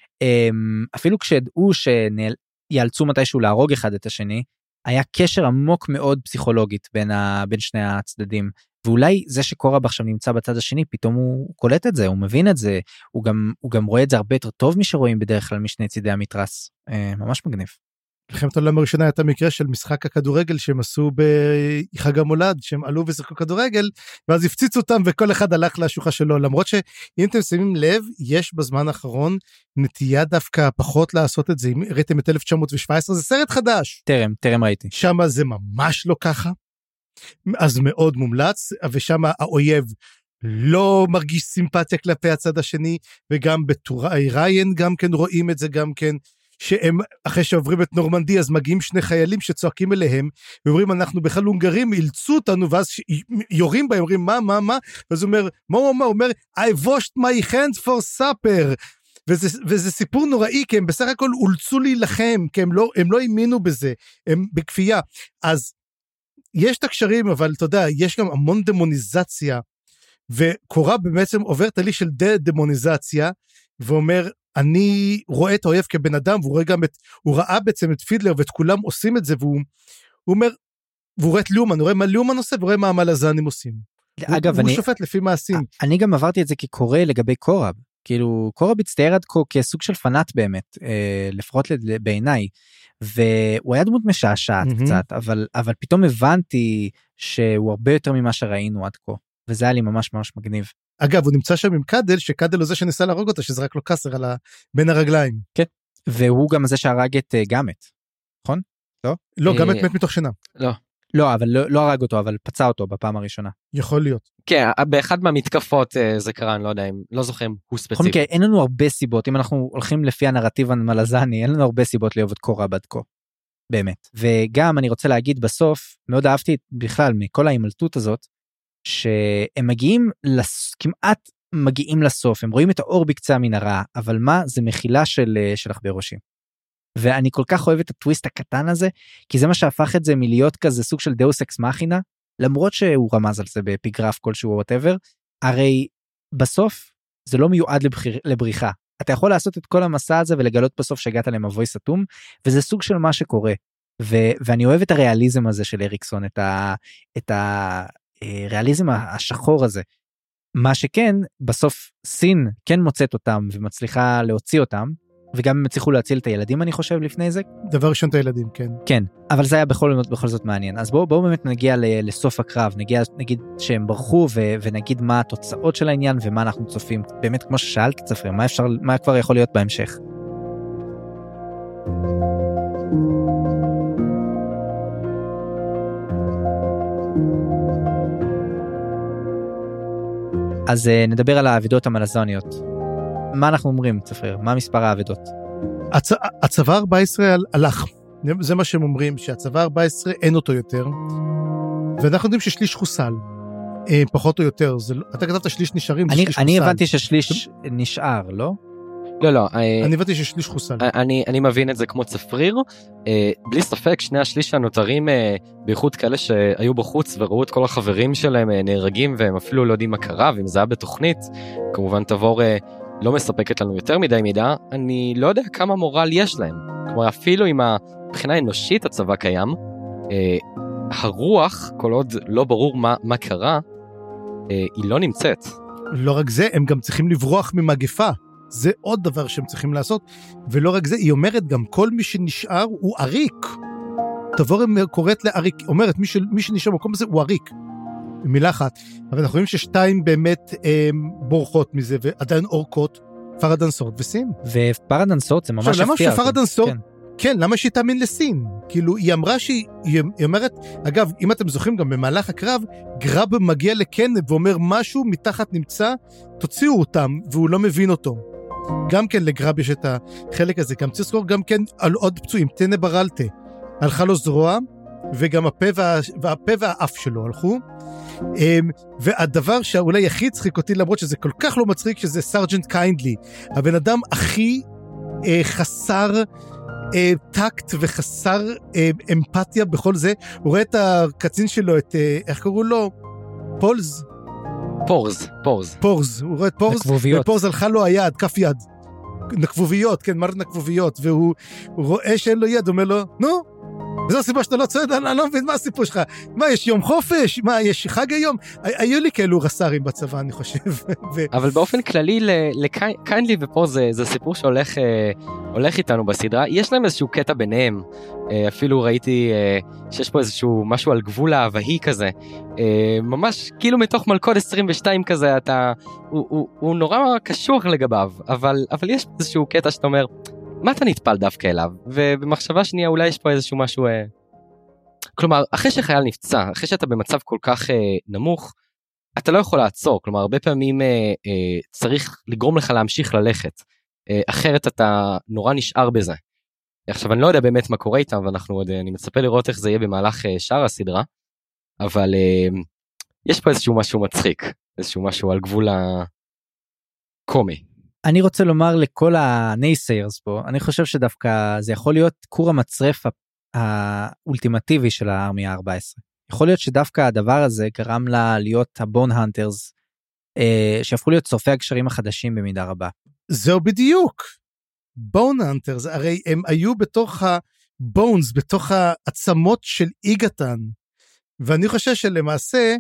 כשידעו שיאלצו מתישהו להרוג אחד את השני, היה קשר עמוק מאוד פסיכולוגית בין שני הצדדים, ואולי זה שקורב עכשיו נמצא בצד השני, פתאום הוא קולט את זה, הוא מבין את זה, הוא גם רואה את זה הרבה יותר טוב משרואים בדרך כלל משני צידי המתרס, ממש מגניב. מלחמת העולם הראשונה הייתה מקרה של משחק הכדורגל שהם עשו בחג המולד, שהם עלו ושיחקו כדורגל, ואז הפציצו אותם וכל אחד הלך לשוחה שלו, למרות שאם אתם שמים לב, יש בזמן האחרון נטייה דווקא פחות לעשות את זה, אם ראיתם את 1917, זה סרט חדש. טרם ראיתי. שם זה ממש לא ככה, אז מאוד מומלץ, ושם האויב לא מרגיש סימפתיה כלפי הצד השני, וגם בטוראי ריין גם כן רואים את זה גם כן, שהם אחרי שעוברים את נורמנדי, אז מגיעים שני חיילים שצועקים אליהם, ואומרים אנחנו בכלל הונגרים, אילצו אותנו, ואז יורים בהם, אומרים מה, ואז הוא אומר, I washed my hands for supper, וזה סיפור נוראי, כי הם בסך הכל אולצו להילחם, כי הם לא האמינו בזה, הם בכפייה, אז יש את הקשרים, אבל אתה יודע, יש גם המון דמוניזציה, וקורב בעצם עובר תהליך של דמוניזציה, ואומר, אני רואה את האויב כבן אדם, והוא רואה גם הוא ראה בעצם את פידלר, ואת כולם עושים את זה, והוא אומר, והוא רואה את ליאומן, הוא רואה מה ליאומן עושה, והוא רואה מה המלזנים עושים. אגב, הוא שופט לפי מעשים. אני גם עברתי את זה כקורא לגבי קורב, כאילו, קורב הצטייר עד כה כסוג של פנאט באמת, לפחות בעיניי, והוא היה דמות משעשעת קצת, אבל פתאום הבנתי שהוא הרבה יותר ממה שראינו עד כה, וזה היה לי ממש ממש מגניב. אגב, הוא נמצא שם עם קדל, שקדל הוא זה שניסה להרוג אותה, שזרק לו קסר בין הרגליים. כן, והוא גם זה שהרג את גמת, נכון? לא? לא, גמת מת מתוך שינה. לא, אבל לא הרג אותו, אבל פצע אותו בפעם הראשונה. יכול להיות. כן, באחד מהמתקפות זה קרה, אני לא יודע, לא זוכר, הוא ספציפי. כן, אין לנו הרבה סיבות, אם אנחנו הולכים לפי הנרטיב המלזני, אין לנו הרבה סיבות לאהוב את קורב עד כה. באמת. וגם אני רוצה להגיד בסוף, מאוד אהבתי בכלל מכל ההימלטות הזאת, שהם מגיעים, כמעט מגיעים לסוף, הם רואים את האור בקצה המנהרה, אבל מה? זה מחילה של עכבר ראשים. ואני כל כך אוהב את הטוויסט הקטן הזה, כי זה מה שהפך את זה מלהיות כזה סוג של דאוס אקס מכינה, למרות שהוא רמז על זה באפיגרף כלשהו whatever, הרי בסוף זה לא מיועד לבריחה. אתה יכול לעשות את כל המסע הזה ולגלות בסוף שהגעת למבוי סתום, וזה סוג של מה שקורה. ואני אוהב את הריאליזם הזה של אריקסון, את הריאליזם השחור הזה. מה שכן, בסוף סין כן מוצאת אותם ומצליחה להוציא אותם, וגם הם הצליחו להציל את הילדים, אני חושב, לפני זה. דבר ראשון את הילדים, כן. כן, אבל זה היה בכל זאת מעניין. אז בואו באמת נגיע לסוף הקרב, נגיד שהם ברחו, ונגיד מה התוצאות של העניין, ומה אנחנו צופים. באמת, כמו ששאלת, צפריר, מה כבר יכול להיות בהמשך? אז נדבר על האבדות המלזוניות. מה אנחנו אומרים, צפריר? מה מספר האבדות? הצבא 14 הלך. זה מה שהם אומרים, שהצבא 14 אין אותו יותר, ואנחנו יודעים ששליש חוסל. פחות או יותר. אתה כתבת שליש נשארים, שליש חוסל. אני הבנתי ששליש נשאר, לא? לא. אני הבנתי ששליש חוסל. אני מבין את זה כמו צפריר. בלי ספק, שני השליש הנותרים, בייחוד כאלה שהיו בחוץ וראו את כל החברים שלהם נהרגים, והם אפילו לא יודעים מה קרה, ואם זה היה בתוכנית, כמובן תבור לא מספקת לנו יותר מדי מידע, אני לא יודע כמה מורל יש להם. כלומר, אפילו אם מבחינה אנושית הצבא קיים, הרוח, כל עוד לא ברור מה קרה, היא לא נמצאת. לא רק זה, הם גם צריכים לברוח ממגפה. זה עוד דבר שהם צריכים לעשות, ולא רק זה, היא אומרת גם כל מי שנשאר הוא עריק. תבור קוראת לעריק, אומרת מי שנשאר במקום הזה הוא עריק. מילה אחת, אבל אנחנו רואים ששתיים באמת בורחות מזה, ועדיין אורקות, פרדנסורט וסין. ופרדנסורט זה ממש הפתיע. למה שפרדנסורט, כן, למה שהיא תאמין לסין? כאילו, היא אמרה היא אומרת, אגב, אם אתם זוכרים גם במהלך הקרב, גרב מגיע לקנב ואומר משהו, מתחת נמצא, תוציאו אותם, והוא לא מבין אותו. גם כן לגרב יש את החלק הזה, גם צריך לזכור גם כן על עוד פצועים, תנה ברלטה, הלכה לו זרוע, וגם הפה והאף שלו הלכו, והדבר שאולי הכי צחיק אותי, למרות שזה כל כך לא מצחיק, שזה סרג'נט קיינדלי, הבן אדם הכי חסר טקט וחסר אמפתיה בכל זה, הוא רואה את הקצין שלו, איך קראו לו? פורז, הוא רואה את פורז, ופורז הלכה לו היד, כף יד, נקבוביות, כן, מרד נקבוביות, והוא רואה שאין לו יד, הוא אומר לו, נו, וזו הסיבה שאתה לא צועד, אני לא מבין מה הסיפור שלך, מה, יש יום חופש? מה, יש חג היום? היו לי כאלו רס"רים בצבא, אני חושב. אבל באופן כללי, לקיינדלי ופה זה סיפור שהולך איתנו בסדרה, יש להם איזשהו קטע ביניהם, אפילו ראיתי שיש פה איזשהו משהו על גבול האהבה כזה, ממש כאילו מתוך מלכוד 22 כזה, הוא נורא קשוח לגביו, אבל יש איזשהו קטע שאתה אומר, מה אתה נטפל דווקא אליו? ובמחשבה שנייה אולי יש פה איזשהו משהו, כלומר, אחרי שחייל נפצע, אחרי שאתה במצב כל כך נמוך, אתה לא יכול לעצור, כלומר, הרבה פעמים צריך לגרום לך להמשיך ללכת, אחרת אתה נורא נשאר בזה. עכשיו, אני לא יודע באמת מה קורה איתם, אני מצפה לראות איך זה יהיה במהלך שאר הסדרה, אבל יש פה איזשהו משהו מצחיק, איזשהו משהו על גבול הקומי. אני רוצה לומר לכל הנייסיירס פה, אני חושב שדווקא זה יכול להיות כור המצרף האולטימטיבי של הארמיה ה-14. יכול להיות שדווקא הדבר הזה גרם לה להיות הבון הנטרס, שהפכו להיות צורפי הקשרים החדשים במידה רבה. זהו בדיוק. בון הנטרס, הרי הם היו בתוך הבונס, בתוך העצמות של איגתן, ואני חושב שלמעשה,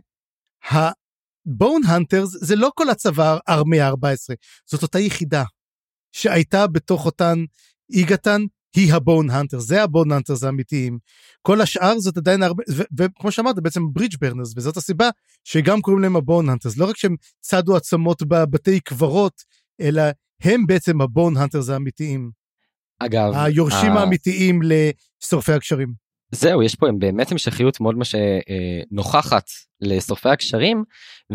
בון הנטרס זה לא כל הצבא ארמיה 14, זאת אותה יחידה שהייתה בתוך אותן איגתן, היא הבון הנטרס, זה הבון הנטרס האמיתיים. כל השאר זאת עדיין הרבה, וכמו שאמרת בעצם ברידג' ברנרס, וזאת הסיבה שגם קוראים להם הבון הנטרס, לא רק שהם צדו עצמות בבתי קברות, אלא הם בעצם הבון הנטרס האמיתיים. אגב, היורשים האמיתיים לשורפי הקשרים. זהו, יש פה באמת המשכיות מאוד מה שנוכחת לשורפי הקשרים,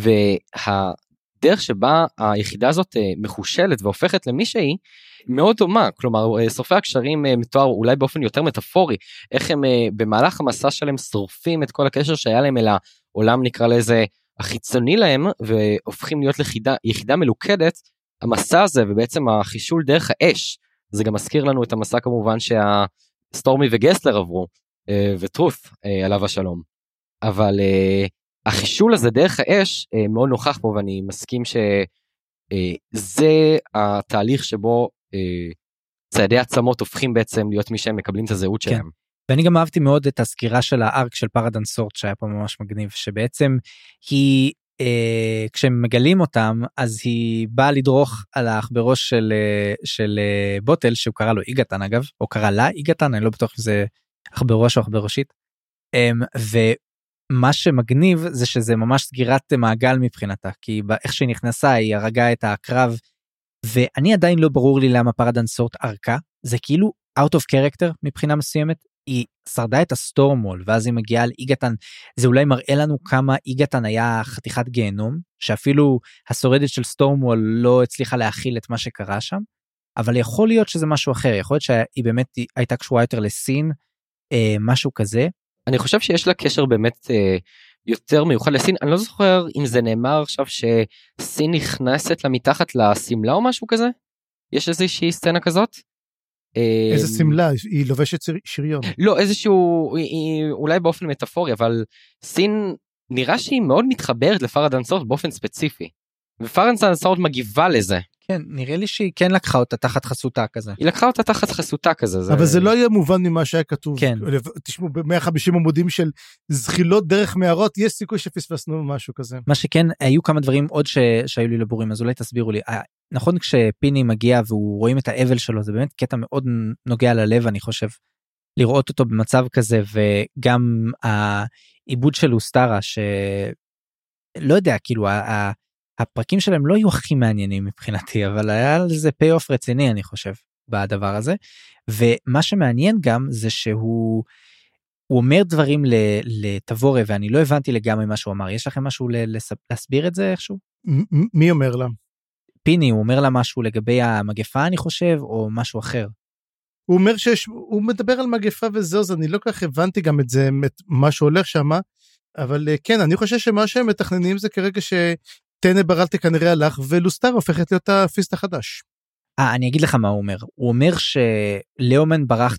והדרך שבה היחידה הזאת מחושלת והופכת למישהי, מאוד דומה, כלומר, שורפי הקשרים מתואר אולי באופן יותר מטאפורי, איך הם במהלך המסע שלהם שורפים את כל הקשר שהיה להם אל העולם, נקרא לזה, החיצוני להם, והופכים להיות יחידה מלוכדת, המסע הזה, ובעצם החישול דרך האש, זה גם מזכיר לנו את המסע כמובן שהסטורמי וגסלר עברו, וטרוס עליו השלום. אבל החישול הזה דרך האש מאוד נוכח פה, ואני מסכים שזה התהליך שבו צעדי עצמות הופכים בעצם להיות מי שהם מקבלים את הזהות שלהם. כן. ואני גם אהבתי מאוד את הסגירה של הארק של פרדנסורט שהיה פה ממש מגניב, שבעצם היא, כשהם מגלים אותם, אז היא באה לדרוך על האחברוש של בוטל, שהוא קרא לו איגתן אגב, או קרא לה איגתן, אני לא בטוח אם זה אחברוש או אחברושית, ומה שמגניב זה שזה ממש סגירת מעגל מבחינתה, כי איך שהיא נכנסה היא הרגה את הקרב, ואני עדיין לא ברור לי למה פרדנסורט ארכה, זה כאילו out of character מבחינה מסוימת, היא שרדה את הסטורמול, ואז היא מגיעה על איגתן, זה אולי מראה לנו כמה איגתן היה חתיכת גיהנום, שאפילו השורדת של סטורמול לא הצליחה להכיל את מה שקרה שם, אבל יכול להיות שזה משהו אחר, יכול להיות שהיא באמת הייתה קשורה יותר לסין, משהו כזה. אני חושב שיש לה קשר באמת יותר מיוחד לסין, אני לא זוכר אם זה נאמר עכשיו שסין נכנסת לה מתחת לסמלה או משהו כזה? יש איזושהי סצנה כזאת? איזה סמלה? היא לובשת שריון. לא, איזשהו, אולי באופן מטאפורי, אבל סין נראה שהיא מאוד מתחברת לפרדנסורט באופן ספציפי, ופרדנסורט מגיבה לזה. כן, נראה לי שהיא כן לקחה אותה תחת חסותה כזה. היא לקחה אותה תחת חסותה כזה. אבל זה לא יהיה מובן ממה שהיה כתוב. כן. תשמעו, ב-150 עמודים של זחילות דרך מערות, יש סיכוי שפספסנו משהו כזה. מה שכן, היו כמה דברים עוד שהיו לי לבורים, אז אולי תסבירו לי. נכון, כשפיני מגיע והוא רואים את האבל שלו, זה באמת קטע מאוד נוגע ללב, אני חושב, לראות אותו במצב כזה, וגם העיבוד של אוסטרה, שלא יודע, כאילו, הפרקים שלהם לא היו הכי מעניינים מבחינתי, אבל היה לזה פי-אוף רציני, אני חושב, בדבר הזה. ומה שמעניין גם, זה שהוא אומר דברים לתבורה, ואני לא הבנתי לגמרי מה שהוא אמר. יש לכם משהו להסביר את זה איכשהו? מי אומר לה? פיני, הוא אומר לה משהו לגבי המגפה, אני חושב, או משהו אחר. הוא אומר הוא מדבר על מגפה וזהו, אז אני לא כל כך הבנתי גם את זה, את מה שהולך שם, אבל כן, אני חושב שמה שהם מתכננים זה כרגע טנא ברלטה כנראה הלך, ולוסטר הופכת להיות הפיסט החדש. אני אגיד לך מה הוא אומר. הוא אומר שלאומן ברח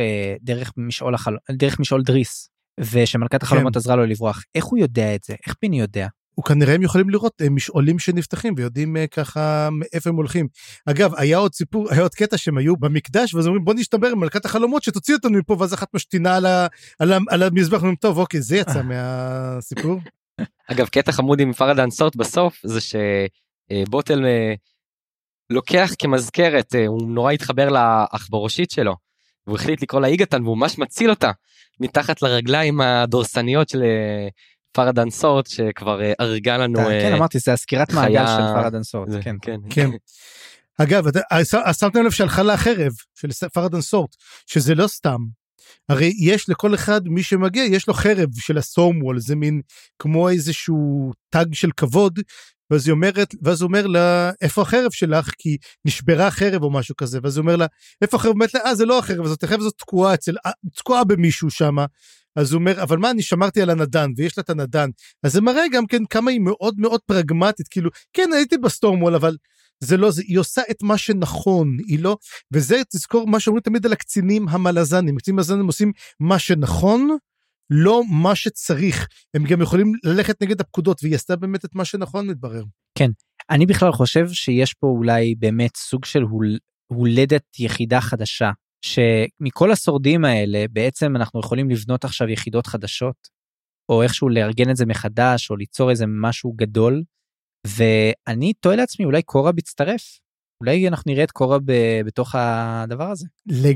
דרך משעול דריס, ושמלכת החלומות עזרה לו לברוח. איך הוא יודע את זה? איך פיני יודע? הוא כנראה הם יכולים לראות משעולים שנפתחים, ויודעים ככה מאיפה הם הולכים. אגב, היה עוד סיפור, היה עוד קטע שהם היו במקדש, ואז אומרים בוא נשתבר עם מלכת החלומות, שתוציא אותנו מפה, ואז אחת משתינה על המזבח, ואומרים טוב, אוקיי, זה יצא מהסיפור. אגב, קטע חמוד עם פרדנסורט בסוף, זה שבוטל לוקח כמזכרת, הוא נורא התחבר לאחברושית שלו, והוא החליט לקרוא לה איגתן, והוא ממש מציל אותה, מתחת לרגליים הדורסניות של פרדנסורט, שכבר ארגה לנו כן, אמרתי, זה הסקירת מעגל של פרדנסורט. כן. אגב, שמתם לב שהלכה לה החרב של פרדנסורט, שזה לא סתם. הרי יש לכל אחד, מי שמגיע, יש לו חרב של הסטורמוול, זה מין כמו איזשהו טאג של כבוד, ואז הוא אומר לה, איפה החרב שלך? כי נשברה החרב או משהו כזה, ואז הוא אומר לה, איפה החרב? אומרת לה, זה לא החרב, החרב הזאת תקועה במישהו שם, אז הוא אומר, אבל מה, אני שמרתי על הנדן, ויש לה את הנדן, אז זה מראה גם כן כמה היא מאוד מאוד פרגמטית, כאילו, כן, הייתי בסטורמוול, אבל זה לא זה, היא עושה את מה שנכון, היא לא, וזה תזכור מה שאומרים תמיד על הקצינים המלזנים, הקצינים המלזנים עושים מה שנכון, לא מה שצריך, הם גם יכולים ללכת נגד הפקודות, והיא עשתה באמת את מה שנכון מתברר. כן, אני בכלל חושב שיש פה אולי באמת סוג של הולדת יחידה חדשה, שמכל השורדים האלה בעצם אנחנו יכולים לבנות עכשיו יחידות חדשות, או איכשהו לארגן את זה מחדש, או ליצור איזה משהו גדול, ואני תוהה לעצמי, אולי קורה בצטרף, אולי אנחנו נראה את קורה בתוך הדבר הזה.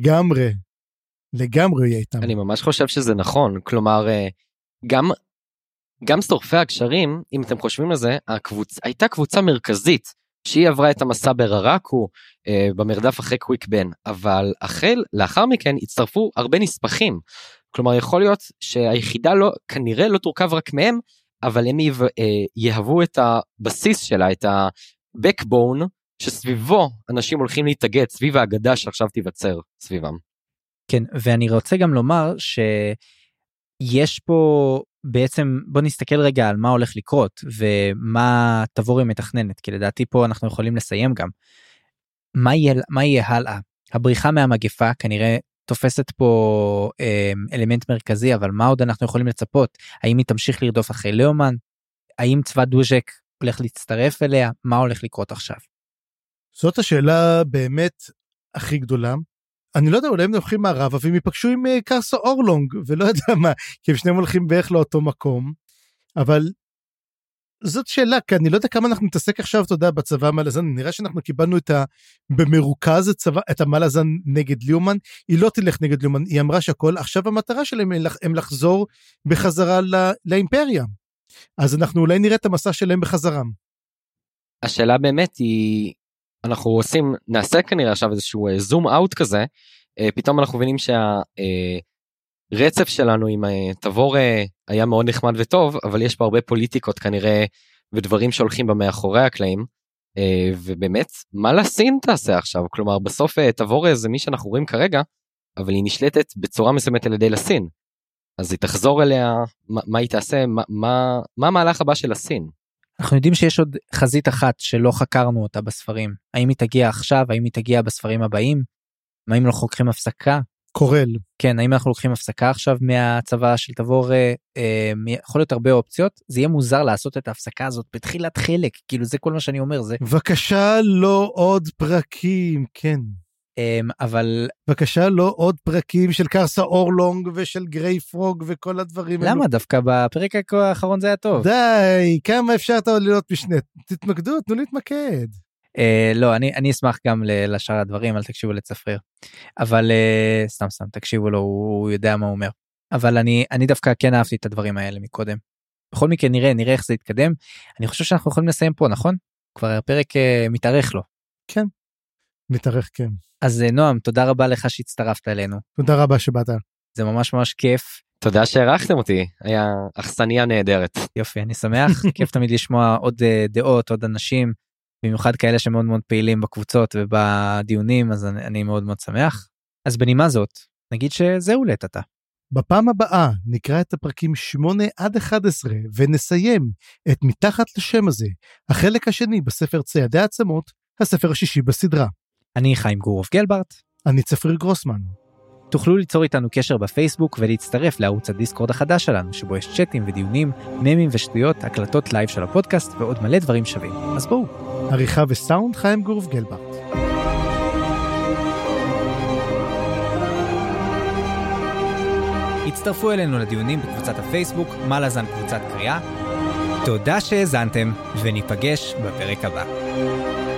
לגמרי יהיה איתם. אני ממש חושב שזה נכון, כלומר, גם שורפי הקשרים, אם אתם חושבים לזה, הייתה קבוצה מרכזית, שהיא עברה את המסע בררקו, במרדף אחרי קוויק בן, אבל לאחר מכן הצטרפו הרבה נספחים, כלומר יכול להיות שהיחידה כנראה לא תורכב רק מהם, אבל הם יהוו את הבסיס שלה, את ה-backbone, שסביבו אנשים הולכים להתאגד, סביב האגדה שעכשיו תיווצר סביבם. כן, ואני רוצה גם לומר שיש פה בעצם, בוא נסתכל רגע על מה הולך לקרות, ומה תבורי מתכננת, כי לדעתי פה אנחנו יכולים לסיים גם. מה יהיה הלאה? הבריחה מהמגפה כנראה תופסת פה אלמנט מרכזי, אבל מה עוד אנחנו יכולים לצפות? האם היא תמשיך לרדוף אחרי לאומן? האם צבא דוז'ק הולך להצטרף אליה? מה הולך לקרות עכשיו? זאת השאלה באמת הכי גדולה. אני לא יודע, אולי הם הולכים מערב, אבל הם ייפגשו עם קרסו אורלונג, ולא יודע מה, כי הם שניהם הולכים בערך לאותו מקום, אבל זאת שאלה, כי אני לא יודע כמה אנחנו נתעסק עכשיו, אתה יודע, בצבא מלאזן, נראה שאנחנו קיבלנו במרוכז את המלאזן נגד ליאומן, היא לא תלך נגד ליאומן, היא אמרה שהכל, עכשיו המטרה שלהם הם לחזור בחזרה לאימפריה, אז אנחנו אולי נראה את המסע שלהם בחזרה. השאלה באמת היא, אנחנו נעשה כנראה עכשיו איזשהו זום אאוט כזה, פתאום אנחנו מבינים שהרצף שלנו עם תבור היה מאוד נחמד וטוב, אבל יש פה הרבה פוליטיקות כנראה, ודברים שהולכים במאחורי הקלעים, ובאמת, מה לסין תעשה עכשיו? כלומר, בסוף תבור זה מי שאנחנו רואים כרגע, אבל היא נשלטת בצורה מסוימת על ידי לסין, אז היא תחזור אליה, מה היא תעשה, מה המהלך הבא של לסין? אנחנו יודעים שיש עוד חזית אחת שלא חקרנו אותה בספרים. האם היא תגיע עכשיו? האם היא תגיע בספרים הבאים? האם אנחנו לוקחים הפסקה? קורל. כן, האם אנחנו לוקחים הפסקה עכשיו מהצבא של תבור? יכול להיות הרבה אופציות. זה יהיה מוזר לעשות את ההפסקה הזאת בתחילת חלק. כאילו זה כל מה שאני אומר. זה... בבקשה לא עוד פרקים, כן. אבל... בבקשה לא עוד פרקים של קרסה אורלונג ושל גריי פרוג וכל הדברים. למה? דווקא בפרק האחרון זה היה טוב. די, כמה אפשר אתה להיות משנה? תתמקדו, תנו להתמקד. לא, אני אשמח גם לשאר הדברים, אל תקשיבו לצפריר. אבל סתם, תקשיבו לו, הוא יודע מה הוא אומר. אבל אני דווקא כן אהבתי את הדברים האלה מקודם. בכל מקרה נראה איך זה יתקדם. אני חושב שאנחנו יכולים לסיים פה, נכון? כבר הפרק מתארך לו. כן, מתארך, כן. אז נועם, תודה רבה לך שהצטרפת אלינו. תודה רבה שבאת. זה ממש ממש כיף. תודה שהערכתם אותי, היה אכסניה נהדרת. יופי, אני שמח, כיף תמיד לשמוע עוד דעות, עוד אנשים, במיוחד כאלה שמאוד מאוד פעילים בקבוצות ובדיונים, אז אני מאוד מאוד שמח. אז בנימה זאת, נגיד שזהו לעת עתה. בפעם הבאה נקרא את הפרקים 8 עד 11 ונסיים את מתחת לשם הזה, החלק השני בספר ציידי העצמות, הספר השישי בסדרה. אני חיים גורוב גלברט. אני צפריר גרוסמן. תוכלו ליצור איתנו קשר בפייסבוק ולהצטרף לערוץ הדיסקורד החדש שלנו, שבו יש צ'אטים ודיונים, ממים ושטויות, הקלטות לייב של הפודקאסט ועוד מלא דברים שווים. אז בואו. עריכה וסאונד חיים גורוב גלברט. הצטרפו אלינו לדיונים בקבוצת הפייסבוק, מלאזן קבוצת קריאה. תודה שהאזנתם, וניפגש בפרק הבא.